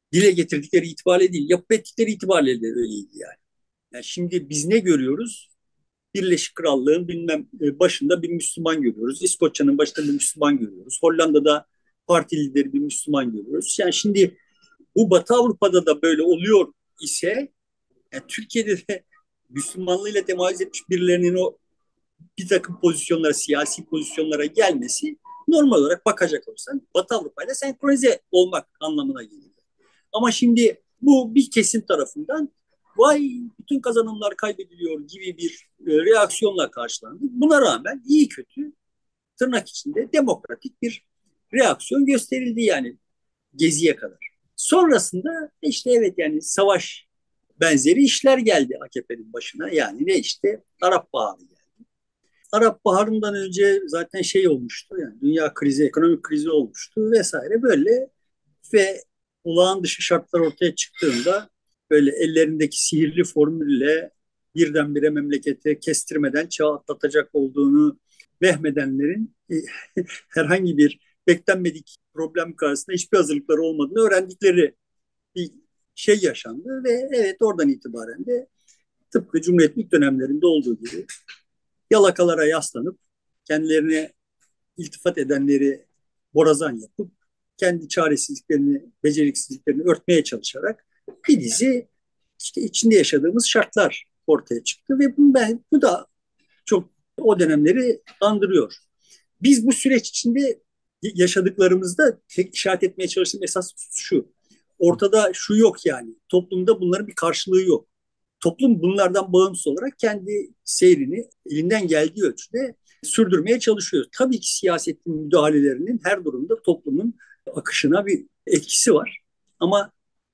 Speaker 2: Dile getirdikleri itibariyle değil, yapıp ettikleri itibariyle de öyleydi yani. Yani şimdi biz ne görüyoruz? Birleşik Krallığın bilmem e, başında bir Müslüman görüyoruz. İskoçya'nın başında bir Müslüman görüyoruz. Hollanda'da parti lideri bir Müslüman görüyoruz. Yani şimdi bu Batı Avrupa'da da böyle oluyor ise yani Türkiye'de de Müslümanlığıyla temayüz etmiş birilerinin o bir takım pozisyonlara, siyasi pozisyonlara gelmesi normal olarak bakacak olursan Batı Avrupa ile senkronize olmak anlamına geliyor. Ama şimdi bu bir kesim tarafından vay bütün kazanımlar kaybediliyor gibi bir e, reaksiyonla karşılandı. Buna rağmen iyi kötü tırnak içinde demokratik bir reaksiyon gösterildi yani Gezi'ye kadar. Sonrasında işte evet yani savaş benzeri işler geldi A K P'nin başına. Yani ne işte Arap Baharı geldi. Arap Baharı'ndan önce zaten şey olmuştu yani dünya krizi, ekonomik krizi olmuştu vesaire böyle ve olağan dışı şartlar ortaya çıktığında böyle ellerindeki sihirli formülle birdenbire memlekete kestirmeden çağ atlatacak olduğunu vehmedenlerin herhangi bir beklenmedik problem karşısında hiçbir hazırlıkları olmadığını öğrendikleri bir şey yaşandı ve evet oradan itibaren de tıpkı Cumhuriyetlik dönemlerinde olduğu gibi yalakalara yaslanıp kendilerine iltifat edenleri borazan yapıp kendi çaresizliklerini, beceriksizliklerini örtmeye çalışarak bir dizi işte içinde yaşadığımız şartlar ortaya çıktı ve bu, ben, bu da çok o dönemleri andırıyor. Biz bu süreç içinde yaşadıklarımızda tek işaret etmeye çalıştığım esas şu. Ortada şu yok yani. Toplumda bunların bir karşılığı yok. Toplum bunlardan bağımsız olarak kendi seyrini elinden geldiği ölçüde sürdürmeye çalışıyor. Tabii ki siyasetin müdahalelerinin her durumda toplumun akışına bir etkisi var. Ama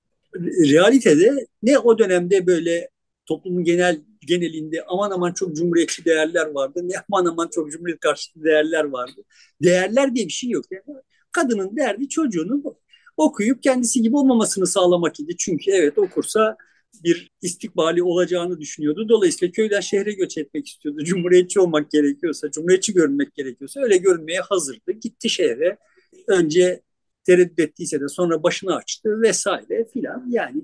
Speaker 2: realitede ne o dönemde böyle toplumun genel genelinde aman aman çok cumhuriyetçi değerler vardı, ne aman aman çok cumhuriyet karşıtı değerler vardı. Değerler diye bir şey yok. Yani kadının derdi çocuğunu okuyup kendisi gibi olmamasını sağlamak idi. Çünkü evet okursa bir istikbali olacağını düşünüyordu. Dolayısıyla köyden şehre göç etmek istiyordu. Cumhuriyetçi olmak gerekiyorsa, cumhuriyetçi görünmek gerekiyorsa öyle görünmeye hazırdı. Gitti şehre. Önce tereddüt ettiyse de sonra başını açtı vesaire filan. Yani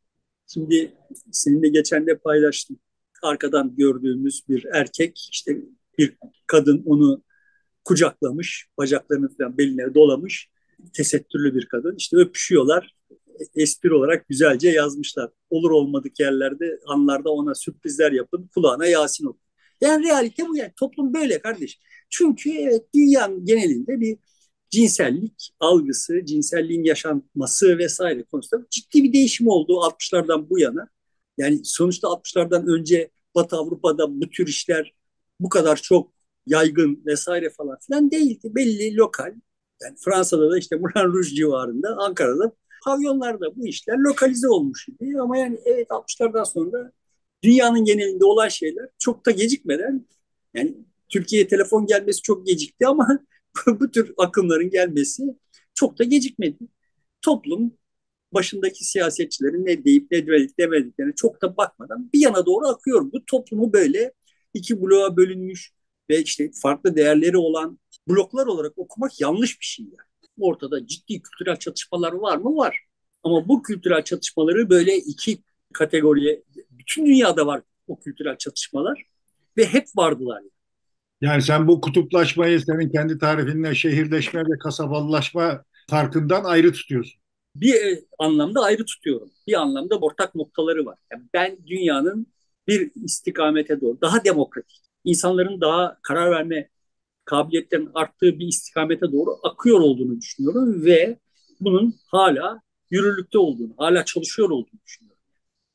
Speaker 2: şimdi seninle geçen de paylaştım. Arkadan gördüğümüz bir erkek işte bir kadın onu kucaklamış, bacaklarını falan beline dolamış. Tesettürlü bir kadın. İşte öpüşüyorlar. Espri olarak güzelce yazmışlar. Olur olmadık yerlerde, anlarda ona sürprizler yapın, kulağına Yasin okun. Yani realite bu yani. Toplum böyle kardeş. Çünkü evet dünyanın genelinde bir cinsellik algısı, cinselliğin yaşanması vesaire konusunda ciddi bir değişim oldu altmışlardan bu yana. Yani sonuçta altmışlardan önce Batı Avrupa'da bu tür işler bu kadar çok yaygın vesaire falan filan değildi. Belli lokal. Yani Fransa'da da işte Moulin Rouge civarında, Ankara'da pavyonlarda bu işler lokalize olmuş idi. Ama yani evet altmışlardan sonra dünyanın genelinde olan şeyler çok da gecikmeden yani Türkiye'ye telefon gelmesi çok gecikti ama bu tür akımların gelmesi çok da gecikmedi. Toplum başındaki siyasetçilerin ne deyip ne demedik demediklerine çok da bakmadan bir yana doğru akıyor. Bu toplumu böyle iki bloğa bölünmüş ve işte farklı değerleri olan bloklar olarak okumak yanlış bir şey yani. Ortada ciddi kültürel çatışmalar var mı? Var. Ama bu kültürel çatışmaları böyle iki kategoriye, bütün dünyada var o kültürel çatışmalar ve hep vardılar.
Speaker 1: Yani sen bu kutuplaşmayı senin kendi tarifinle şehirleşme ve kasabalaşma farkından ayrı tutuyorsun.
Speaker 2: Bir e, anlamda ayrı tutuyorum. Bir anlamda ortak noktaları var. Yani ben dünyanın bir istikamete doğru, daha demokratik, insanların daha karar verme kabiliyetlerinin arttığı bir istikamete doğru akıyor olduğunu düşünüyorum ve bunun hala yürürlükte olduğunu, hala çalışıyor olduğunu düşünüyorum.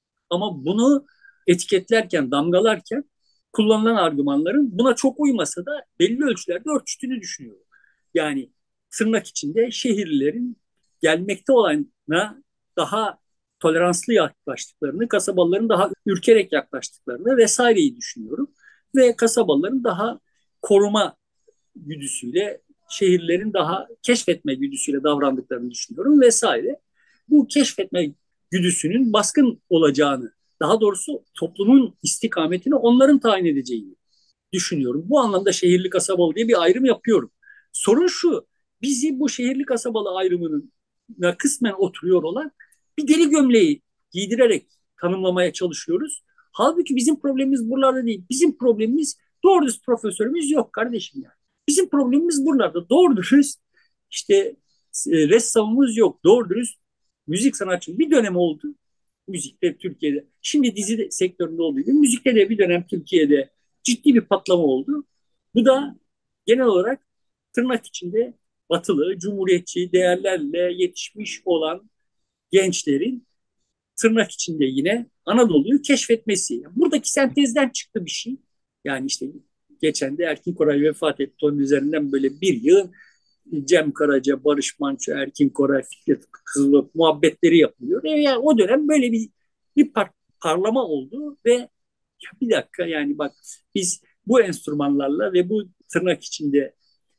Speaker 2: Ama bunu etiketlerken, damgalarken kullanılan argümanların buna çok uymasa da belli ölçülerde örtüştüğünü düşünüyorum. Yani tırnak içinde şehirlilerin gelmekte olana daha toleranslı yaklaştıklarını, kasabaların daha ürkerek yaklaştıklarını vesaireyi düşünüyorum. Ve kasabaların daha koruma güdüsüyle, şehirlerin daha keşfetme güdüsüyle davrandıklarını düşünüyorum vesaire. Bu keşfetme güdüsünün baskın olacağını, daha doğrusu toplumun istikametini onların tayin edeceğini düşünüyorum. Bu anlamda şehirli kasabalı diye bir ayrım yapıyorum. Sorun şu, bizi bu şehirli kasabalı ayrımının kısmen oturuyor olan bir deli gömleği giydirerek tanımlamaya çalışıyoruz. Halbuki bizim problemimiz buralarda değil. Bizim problemimiz doğru dürüst profesörümüz yok kardeşim yani. Bizim problemimiz buralarda. Doğru dürüst işte e, ressamımız yok. Doğru dürüst müzik sanatçı. Bir dönem oldu müzikte Türkiye'de. Şimdi dizi sektöründe olduğu gibi müzikte de bir dönem Türkiye'de ciddi bir patlama oldu. Bu da genel olarak tırnak içinde batılı, cumhuriyetçi değerlerle yetişmiş olan gençlerin tırnak içinde yine Anadolu'yu keşfetmesi. Yani buradaki sentezden çıktı bir şey. Yani işte geçen de Erkin Koray vefat etti. Onun üzerinden böyle bir yıl Cem Karaca, Barış Manço, Erkin Koray, Fikret Kızılok muhabbetleri yapılıyor. E yani o dönem böyle bir bir par parlama oldu ve ya bir dakika yani bak biz bu enstrümanlarla ve bu tırnak içinde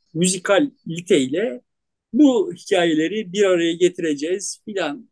Speaker 2: müzikaliteyle bu hikayeleri bir araya getireceğiz filan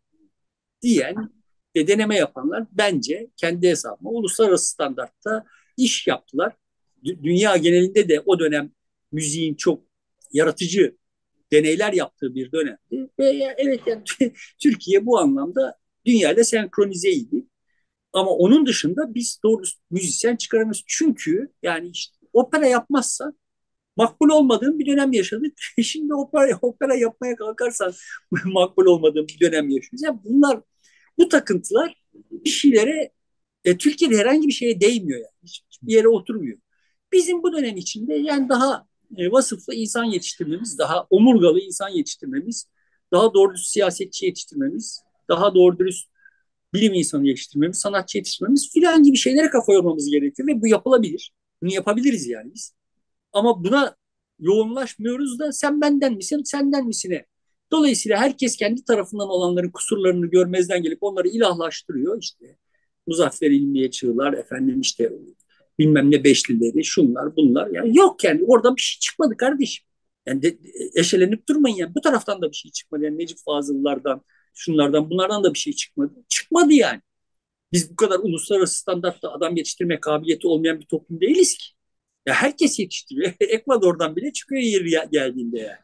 Speaker 2: diyen ve deneme yapanlar bence kendi hesabıma uluslararası standartta iş yaptılar. Dünya genelinde de o dönem müziğin çok yaratıcı deneyler yaptığı bir dönemdi. Ve evet yani Türkiye bu anlamda dünyayla senkronizeydi. Ama onun dışında biz doğru müzisyen çıkaramıyoruz. Çünkü yani işte opera yapmazsa makbul olmadığım bir dönem yaşadık. Şimdi opera, opera yapmaya kalkarsan makbul olmadığım bir dönem yaşıyoruz. Yani bunlar, bu takıntılar bir şeylere, e, Türkiye'de herhangi bir şeye değmiyor yani. Hiçbir yere oturmuyor. Bizim bu dönem içinde yani daha e, vasıflı insan yetiştirmemiz, daha omurgalı insan yetiştirmemiz, daha doğru dürüst siyasetçi yetiştirmemiz, daha doğru dürüst bilim insanı yetiştirmemiz, sanatçı yetiştirmemiz filan gibi şeylere kafa yormamız gerekiyor ve bu yapılabilir. Bunu yapabiliriz yani biz. Ama buna yoğunlaşmıyoruz da sen benden misin, senden misine. Dolayısıyla herkes kendi tarafından olanların kusurlarını görmezden gelip onları ilahlaştırıyor. İşte Muzaffer İlmiye Çığlar, efendim işte bilmem ne Beşlileri, şunlar bunlar. Yani yok yani oradan bir şey çıkmadı kardeşim. Yani de, eşelenip durmayın yani. Bu taraftan da bir şey çıkmadı. Yani Necip Fazıl'lardan, şunlardan, bunlardan da bir şey çıkmadı. Çıkmadı yani. Biz bu kadar uluslararası standartta adam yetiştirme kabiliyeti olmayan bir toplum değiliz ki. Ya herkes yetiştiriyor. Ekvador'dan bile çıkıyor yeri geldiğinde yani.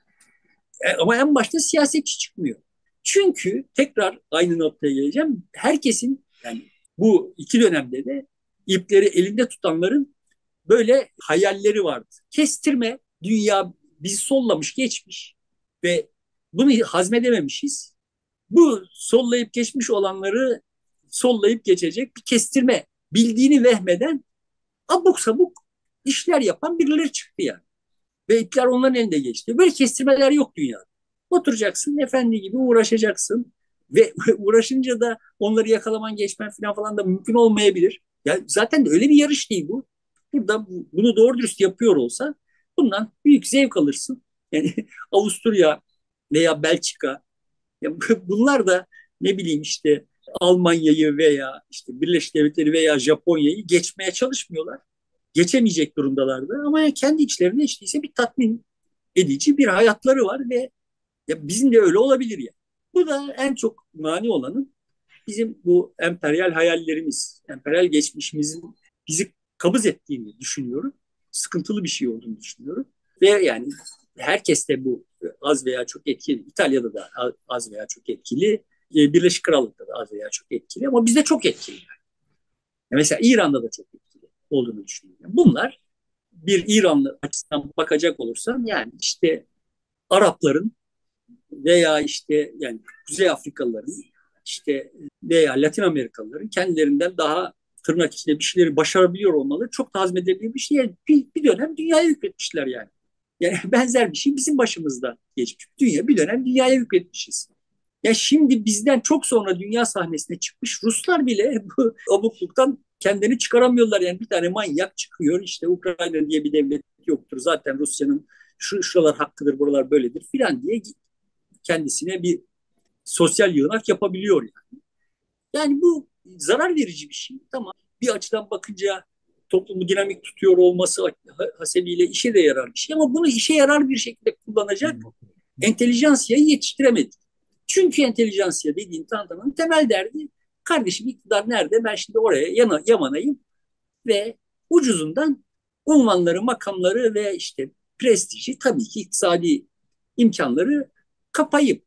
Speaker 2: E, ama en başta siyasetçi çıkmıyor. Çünkü tekrar aynı noktaya geleceğim. Herkesin yani bu iki dönemde de ipleri elinde tutanların böyle hayalleri vardı. Kestirme, dünya bizi sollamış geçmiş ve bunu hazmedememişiz. Bu sollayıp geçmiş olanları sollayıp geçecek bir kestirme bildiğini vehmeden abuk sabuk işler yapan birileri çıktı yani. Ve ipler onların elinde geçti. Böyle kestirmeler yok dünyada. Oturacaksın efendi gibi uğraşacaksın. Ve uğraşınca da onları yakalaman geçmen falan falan da mümkün olmayabilir. Ya zaten de öyle bir yarış değil bu. Burada bunu doğru dürüst yapıyor olsa bundan büyük zevk alırsın. Yani Avusturya veya Belçika ya bunlar da ne bileyim işte Almanya'yı veya işte Birleşik Devletleri veya Japonya'yı geçmeye çalışmıyorlar. Geçemeyecek durumdalardı ama ya kendi içlerinde işte ise bir tatmin edici bir hayatları var ve ya bizim de öyle olabilir ya. Bu da en çok mani olanın bizim bu emperyal hayallerimiz, emperyal geçmişimizin bizi kabız ettiğini düşünüyorum. Sıkıntılı bir şey olduğunu düşünüyorum. Ve yani herkes de bu az veya çok etkili. İtalya'da da az veya çok etkili. Birleşik Krallık'ta da az veya çok etkili ama bizde çok etkili. Yani. Mesela İran'da da çok etkili olduğunu düşünüyorum. Bunlar bir İranlı açısından bakacak olursan yani işte Arapların veya işte yani Kuzey Afrikalıların işte veya Latin Amerikalıların kendilerinden daha tırnak içinde bir şeyleri başarabiliyor olmaları çok da hazmedebilir bir şey. Yani bir, bir dönem dünyaya hükmetmişler yani. Yani benzer bir şey bizim başımızda geçmiş. Dünya bir dönem dünyaya hükmetmişiz. Ya şimdi bizden çok sonra dünya sahnesine çıkmış Ruslar bile bu abukluktan kendini çıkaramıyorlar. Yani bir tane manyak çıkıyor işte Ukrayna diye bir devlet yoktur. Zaten Rusya'nın şu şuralar hakkıdır, buralar böyledir filan diye kendisine bir sosyal yığınak yapabiliyor yani. Yani bu zarar verici bir şey. Tamam. Bir açıdan bakınca toplumu dinamik tutuyor olması hasebiyle işe de yarar bir şey ama bunu işe yarar bir şekilde kullanacak entelijansiyayı yetiştiremedik. Çünkü entelijansiya dediğin tantanın temel derdi kardeşim iktidar nerede? Ben şimdi oraya yana, yamanayım ve ucuzundan unvanları, makamları ve işte prestiji tabii ki iktisadi imkanları kapayıp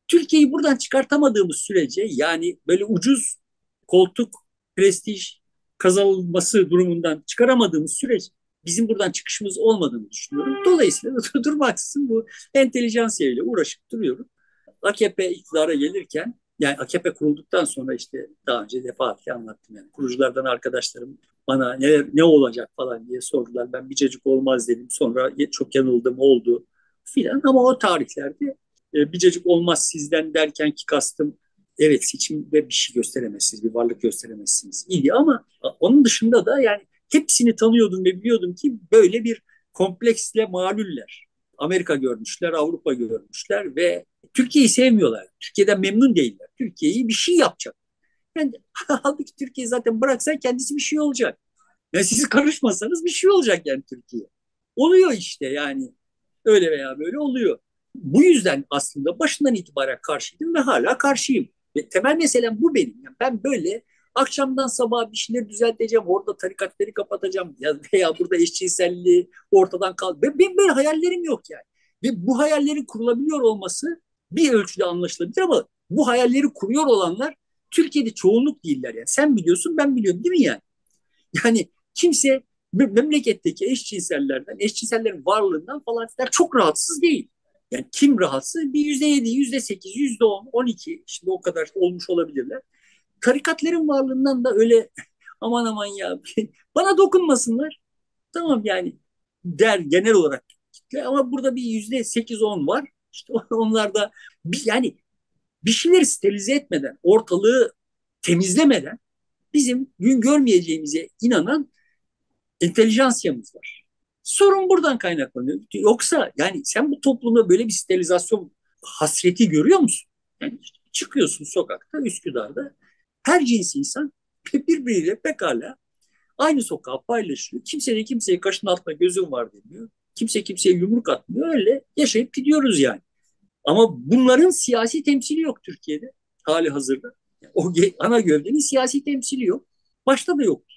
Speaker 2: Türkiye'yi buradan çıkartamadığımız sürece, yani böyle ucuz koltuk, prestij kazanılması durumundan çıkaramadığımız sürece bizim buradan çıkışımız olmadığını düşünüyorum. Dolayısıyla da durmaksızın bu entelijansiya ile uğraşıp duruyorum. A K P iktidara gelirken, yani A K P kurulduktan sonra, işte daha önce defaatle anlattım, yani kuruculardan arkadaşlarım bana ne, ne olacak falan diye sordular. Ben bir cacık olmaz dedim. Sonra çok yanıldım, oldu filan. Ama o tarihlerde e, bir cacık olmaz sizden derken ki kastım, evet, seçimde bir şey gösteremezsiniz, bir varlık gösteremezsiniz İyi, ama onun dışında da yani hepsini tanıyordum ve biliyordum ki böyle bir kompleksle malüller. Amerika görmüşler, Avrupa görmüşler ve Türkiye'yi sevmiyorlar. Türkiye'den memnun değiller. Türkiye'yi bir şey yapacak. Yani halbuki Türkiye zaten bıraksa kendisi bir şey olacak. Yani siz karışmasanız bir şey olacak yani Türkiye. Oluyor işte yani, öyle veya böyle oluyor. Bu yüzden aslında başından itibaren karşıydım ve hala karşıyım. Ve temel meselem bu benim. Yani ben böyle akşamdan sabaha bir şeyleri düzelteceğim, orada tarikatları kapatacağım ya veya burada eşcinselliği ortadan kal. Benim böyle hayallerim yok yani. Ve bu hayallerin kurulabiliyor olması bir ölçüde anlaşılabilir, ama bu hayalleri kuruyor olanlar Türkiye'de çoğunluk değiller yani. Sen biliyorsun, ben biliyorum, değil mi yani? Yani kimse memleketteki eşcinsellerden, eşcinsellerin varlığından falan çok rahatsız değil. Yani kim rahatsız? Bir yüzde yedi, yüzde sekiz, yüzde on, on iki, şimdi o kadar olmuş olabilirler. Tarikatların varlığından da öyle aman aman ya bana dokunmasınlar. Tamam yani der genel olarak kitle, ama burada bir yüzde sekiz on var. İşte onlar da bir, yani bir şeyleri sterilize etmeden, ortalığı temizlemeden bizim gün görmeyeceğimize inanan entelijansiyamız var. Sorun buradan kaynaklanıyor. Yoksa yani sen bu toplumda böyle bir sterilizasyon hasreti görüyor musun? Yani işte çıkıyorsun sokakta, Üsküdar'da her cins insan birbiriyle pekala aynı sokağı paylaşıyor. Kimse de kimseye kaşın altına gözüm var demiyor. Kimse kimseye yumruk atmıyor. Öyle yaşayıp gidiyoruz yani. Ama bunların siyasi temsili yok Türkiye'de hali hazırda. O ana gövdenin siyasi temsili yok. Başta da yok.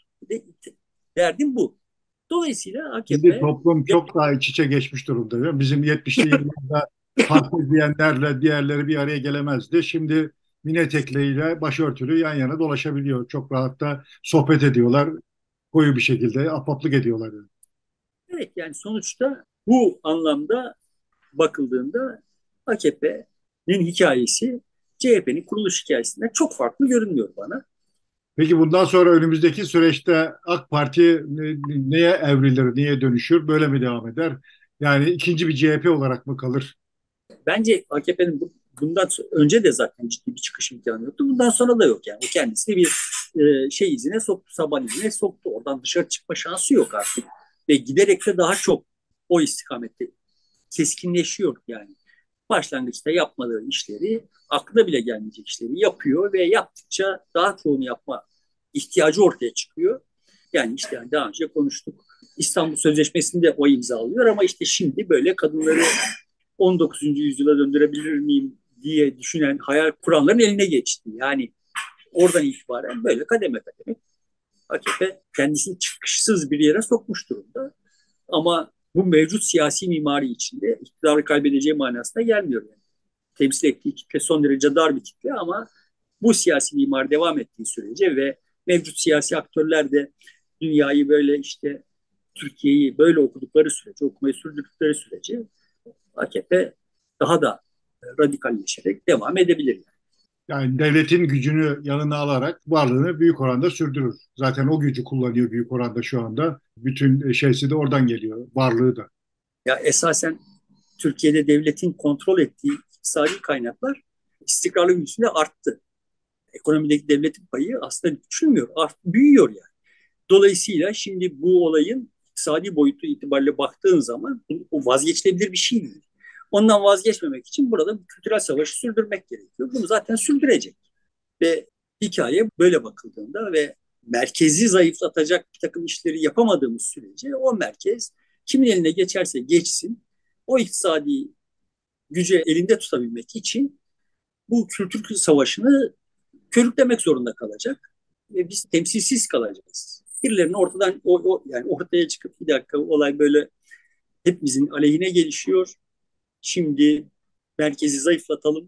Speaker 2: Derdim bu. Dolayısıyla
Speaker 1: Şimdi
Speaker 2: A K P
Speaker 1: toplum
Speaker 2: ve
Speaker 1: çok daha iç içe geçmiş durumda. Değil mi? Bizim yetmişli yıllarda parti diyenlerle diğerleri bir araya gelemezdi. Şimdi mini etekliyle başörtülü yan yana dolaşabiliyor. Çok rahat da sohbet ediyorlar. Koyu bir şekilde apaplık ediyorlar. Yani.
Speaker 2: evet, yani sonuçta bu anlamda bakıldığında A K P'nin hikayesi C H P'nin kuruluş hikayesinden çok farklı görünmüyor bana.
Speaker 1: Peki bundan sonra önümüzdeki süreçte AK Parti neye evrilir, neye dönüşür? Böyle mi devam eder? Yani ikinci bir C H P olarak mı kalır?
Speaker 2: Bence A K P'nin bundan önce de zaten ciddi bir çıkış imkanı yoktu. Bundan sonra da yok yani. O kendisini bir e, şey izine soktu, saban izine soktu. Oradan dışarı çıkma şansı yok artık. Ve giderek de daha çok o istikamette keskinleşiyor yani. Başlangıçta yapmadığı işleri, aklına bile gelmeyecek işleri yapıyor ve yaptıkça daha çoğunu yapma ihtiyacı ortaya çıkıyor. Yani işte yani daha önce konuştuk. İstanbul Sözleşmesi'nde o imzalıyor, ama işte şimdi böyle kadınları on dokuzuncu yüzyıla döndürebilir miyim diye düşünen, hayal kuranların eline geçti. Yani oradan itibaren böyle kademe kademe A K P kendisini çıkışsız bir yere sokmuş durumda. Ama bu mevcut siyasi mimari içinde iktidarı kaybedeceği manasına gelmiyor. Yani. Temsil ettiği kitle son derece dar bir kitle, ama bu siyasi mimari devam ettiği sürece ve mevcut siyasi aktörler de dünyayı böyle, işte Türkiye'yi böyle okudukları sürece, okumayı sürdürdükleri sürece A K P daha da radikalleşerek devam edebilir. Yani.
Speaker 1: Yani devletin gücünü yanına alarak varlığını büyük oranda sürdürür. Zaten o gücü kullanıyor büyük oranda şu anda. Bütün şeysi de oradan geliyor, varlığı da.
Speaker 2: Ya esasen Türkiye'de devletin kontrol ettiği iktisadi kaynaklar istikrarlı gücünde arttı. Ekonomideki devletin payı aslında küçülmüyor, art, büyüyor yani. Dolayısıyla şimdi bu olayın iktisadi boyutu itibariyle baktığın zaman bu vazgeçilebilir bir şey değil. Ondan vazgeçmemek için burada bir kültürel savaşı sürdürmek gerekiyor. Bunu zaten sürdürecek. Ve hikaye böyle bakıldığında ve merkezi zayıflatacak bir takım işleri yapamadığımız sürece o merkez kimin eline geçerse geçsin, o iktisadi gücü elinde tutabilmek için bu kültür savaşını körüklemek zorunda kalacak ve biz temsilsiz kalacağız. Birilerinin ortadan o, o yani ortaya çıkıp bir dakika olay böyle hepimizin aleyhine gelişiyor. Şimdi merkezi zayıflatalım.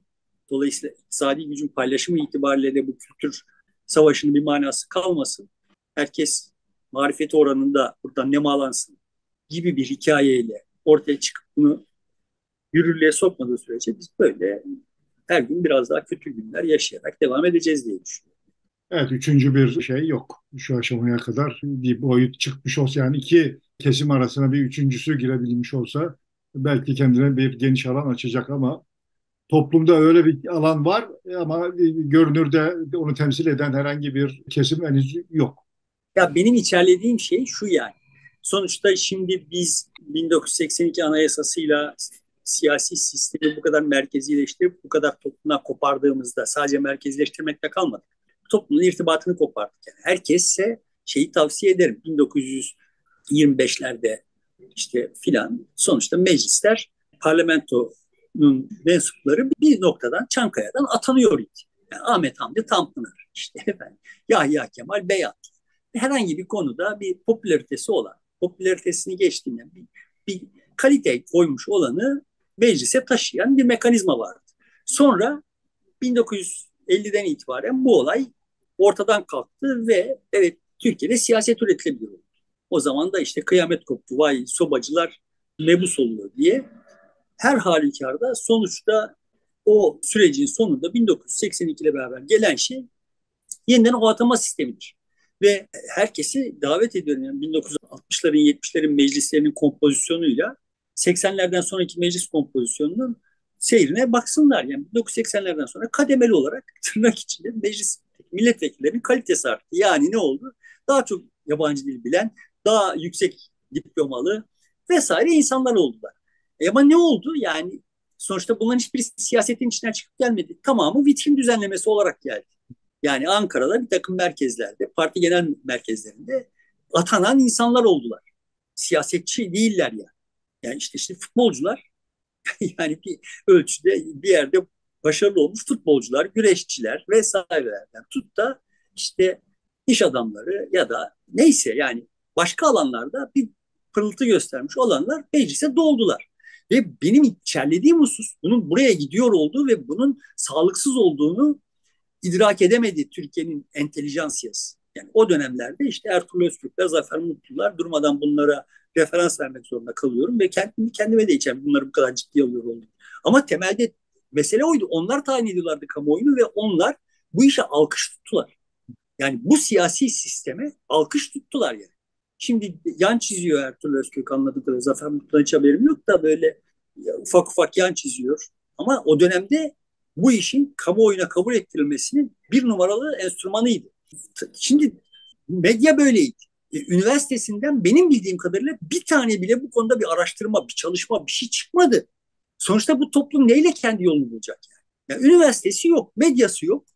Speaker 2: Dolayısıyla iktisadi gücün paylaşımı itibariyle de bu kültür savaşının bir manası kalmasın. Herkes marifeti oranında buradan nemalansın gibi bir hikayeyle ortaya çıkıp bunu yürürlüğe sokmadığı sürece biz böyle her gün biraz daha kötü günler yaşayarak devam edeceğiz diye düşünüyorum.
Speaker 1: Evet, üçüncü bir şey yok şu aşamaya kadar. Bir boyut çıkmış olsa, yani iki kesim arasına bir üçüncüsü girebilmiş olsa belki kendine bir geniş alan açacak, ama toplumda öyle bir alan var ama görünürde onu temsil eden herhangi bir kesim henüz yok.
Speaker 2: Ya benim içerlediğim şey şu yani. Sonuçta şimdi biz bin dokuz yüz seksen iki Anayasası'yla siyasi sistemi bu kadar merkezileştirip bu kadar toplumdan kopardığımızda sadece merkezileştirmekle kalmadık. Toplumun irtibatını kopardık. Yani herkese şeyi tavsiye ederim. bin dokuz yüz yirmi beşlerde işte filan sonuçta meclisler parlamentonun mensupları bir noktadan Çankaya'dan atanıyor idi. Yani Ahmet Hamdi Tanpınar, işte efendim, Yahya Kemal Beyat, herhangi bir konuda bir popülaritesi olan, popülaritesini geçtiğinden bir, bir kalite koymuş olanı meclise taşıyan bir mekanizma vardı. Sonra bin dokuz yüz elliden itibaren bu olay ortadan kalktı ve evet, Türkiye'de siyaset üretilebilir oldu. O zaman da işte kıyamet koptu, vay sobacılar mebus oluyor diye. Her halükarda sonuçta o sürecin sonunda bin dokuz yüz seksen iki ile beraber gelen şey yeniden o atama sistemidir. Ve herkesi davet ediyorum. Yani bin dokuz yüz altmışların yetmişlerin meclislerinin kompozisyonuyla seksenlerden sonraki meclis kompozisyonunun seyrine baksınlar. Yani bin dokuz yüz seksenlerden sonra kademeli olarak tırnak içinde meclis milletvekillerinin kalitesi arttı. Yani ne oldu? Daha çok yabancı dil bilen, daha yüksek diplomalı vesaire insanlar oldular. E ama ne oldu? Yani sonuçta bunların hiçbir siyasetin içinden çıkıp gelmedi. Tamamı vitrin düzenlemesi olarak geldi. Yani Ankara'da bir takım merkezlerde, parti genel merkezlerinde atanan insanlar oldular. Siyasetçi değiller yani. Yani işte, işte futbolcular yani bir ölçüde bir yerde başarılı olmuş futbolcular, güreşçiler vesairelerden tut da işte iş adamları ya da neyse yani başka alanlarda bir pırıltı göstermiş olanlar meclise doldular. Ve benim içerlediğim husus bunun buraya gidiyor olduğu ve bunun sağlıksız olduğunu idrak edemedi Türkiye'nin entelijansiyası. Yani o dönemlerde işte Ertuğrul Öztürkler, Zafer Mutlular durmadan bunlara referans vermek zorunda kalıyorum ve kendimi kendime de içen bunları bu kadar ciddi alıyor oldum. Ama temelde mesele oydu. Onlar tayin ediyorlardı kamuoyunu ve onlar bu işe alkış tuttular. Yani bu siyasi sisteme alkış tuttular yani. Şimdi yan çiziyor Ertuğrul Öztürk, anladığım kadarıyla. Zafer Mutlu'dan hiç haberim yok da böyle ufak ufak yan çiziyor. Ama o dönemde bu işin kamuoyuna kabul ettirilmesinin bir numaralı enstrümanıydı. Şimdi medya böyleydi. Üniversitesinden benim bildiğim kadarıyla bir tane bile bu konuda bir araştırma, bir çalışma, bir şey çıkmadı. Sonuçta bu toplum neyle kendi yolunu bulacak yani? Yani üniversitesi yok, medyası yok.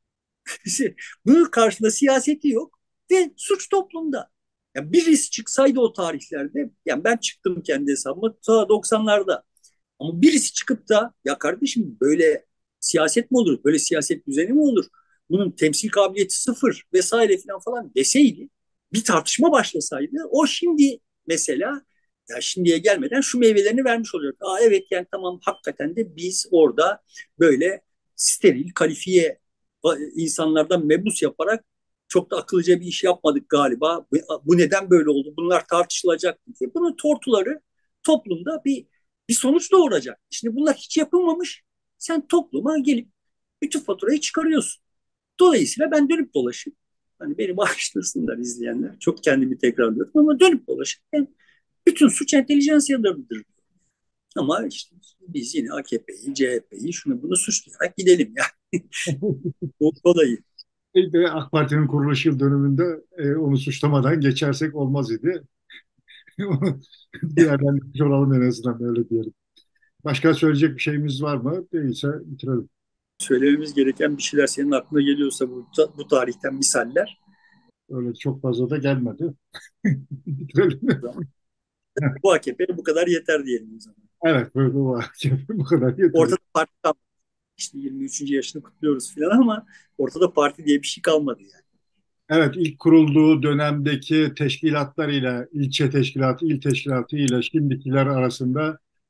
Speaker 2: Bunun karşısında siyaseti yok ve suç toplumda. Yani birisi çıksaydı o tarihlerde, yani ben çıktım kendi hesabıma ta doksanlarda. Ama birisi çıkıp da ya kardeşim böyle siyaset mi olur? Böyle siyaset düzeni mi olur? Bunun temsil kabiliyeti sıfır vesaire falan falan deseydi, bir tartışma başlasaydı, o şimdi mesela ya şimdiye gelmeden şu meyvelerini vermiş olacak. Aa evet, yani tamam, hakikaten de biz orada böyle steril, kalifiye insanlardan mebus yaparak çok da akıllıca bir iş yapmadık galiba. Bu, bu neden böyle oldu? Bunlar tartışılacak diye. Bunun tortuları toplumda bir bir sonuç doğuracak. Şimdi bunlar hiç yapılmamış. Sen topluma gelip bütün faturayı çıkarıyorsun. Dolayısıyla ben dönüp dolaşıp, hani beni bağışlasınlar izleyenler, çok kendimi tekrarlıyorum ama dönüp dolaşıp ben bütün suç entelijansiyalarıdır. Ama işte biz yine A K P'yi, C H P'yi, şunu bunu suçlayarak gidelim yani. Bu olayı.
Speaker 1: Ve AK Parti'nin kuruluş yıl dönümünde e, onu suçlamadan geçersek olmaz idi. Onu bir yerden bitmiş olalım, en azından öyle diyelim. Başka söyleyecek bir şeyimiz var mı? Değilse bitirelim.
Speaker 2: Söylememiz gereken bir şeyler senin aklına geliyorsa bu, bu tarihten misaller.
Speaker 1: Öyle çok fazla da gelmedi. Bitirelim.
Speaker 2: Bu A K P bu kadar yeter diyelim o zaman.
Speaker 1: Evet, böyle bu, bu kadar yeter.
Speaker 2: Ortada parti kalmadı. İşte yirmi üçüncü yaşını kutluyoruz falan ama ortada parti diye bir şey kalmadı yani.
Speaker 1: Evet, ilk kurulduğu dönemdeki teşkilatlarıyla, ilçe teşkilatı, il teşkilatı ile şimdikiler arasında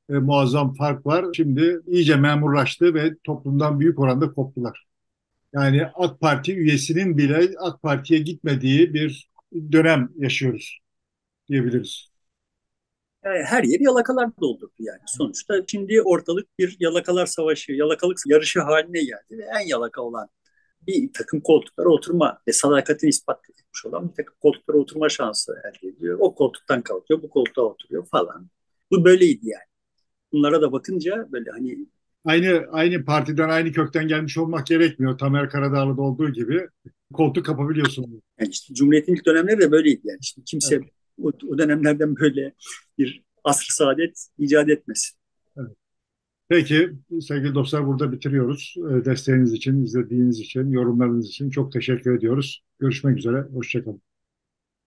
Speaker 1: e, muazzam fark var. Şimdi iyice memurlaştı ve toplumdan büyük oranda koptular. Yani AK Parti üyesinin bile AK Parti'ye gitmediği bir dönem yaşıyoruz diyebiliriz.
Speaker 2: Yani her yeri yalakalar doldurdu yani. Sonuçta şimdi ortalık bir yalakalar savaşı, yalakalık yarışı haline geldi ve en yalaka olan bir takım koltuklara oturma ve sadakatini ispat etmiş olan bir takım koltuklara oturma şansı elde ediyor. O koltuktan kalkıyor, bu koltuğa oturuyor falan. Bu böyleydi yani. Bunlara da bakınca böyle hani
Speaker 1: Aynı aynı partiden, aynı kökten gelmiş olmak gerekmiyor. Tamer Karadağlı'da olduğu gibi koltuk kapabiliyorsun.
Speaker 2: yani işte Cumhuriyet'in ilk dönemleri de böyleydi yani. Şimdi kimse
Speaker 1: Evet,
Speaker 2: o, o dönemlerden böyle bir asr-ı saadet icat etmesin.
Speaker 1: evet. Peki sevgili dostlar, burada bitiriyoruz. E, Desteğiniz için, izlediğiniz için, yorumlarınız için çok teşekkür ediyoruz. Görüşmek üzere, hoşça kalın.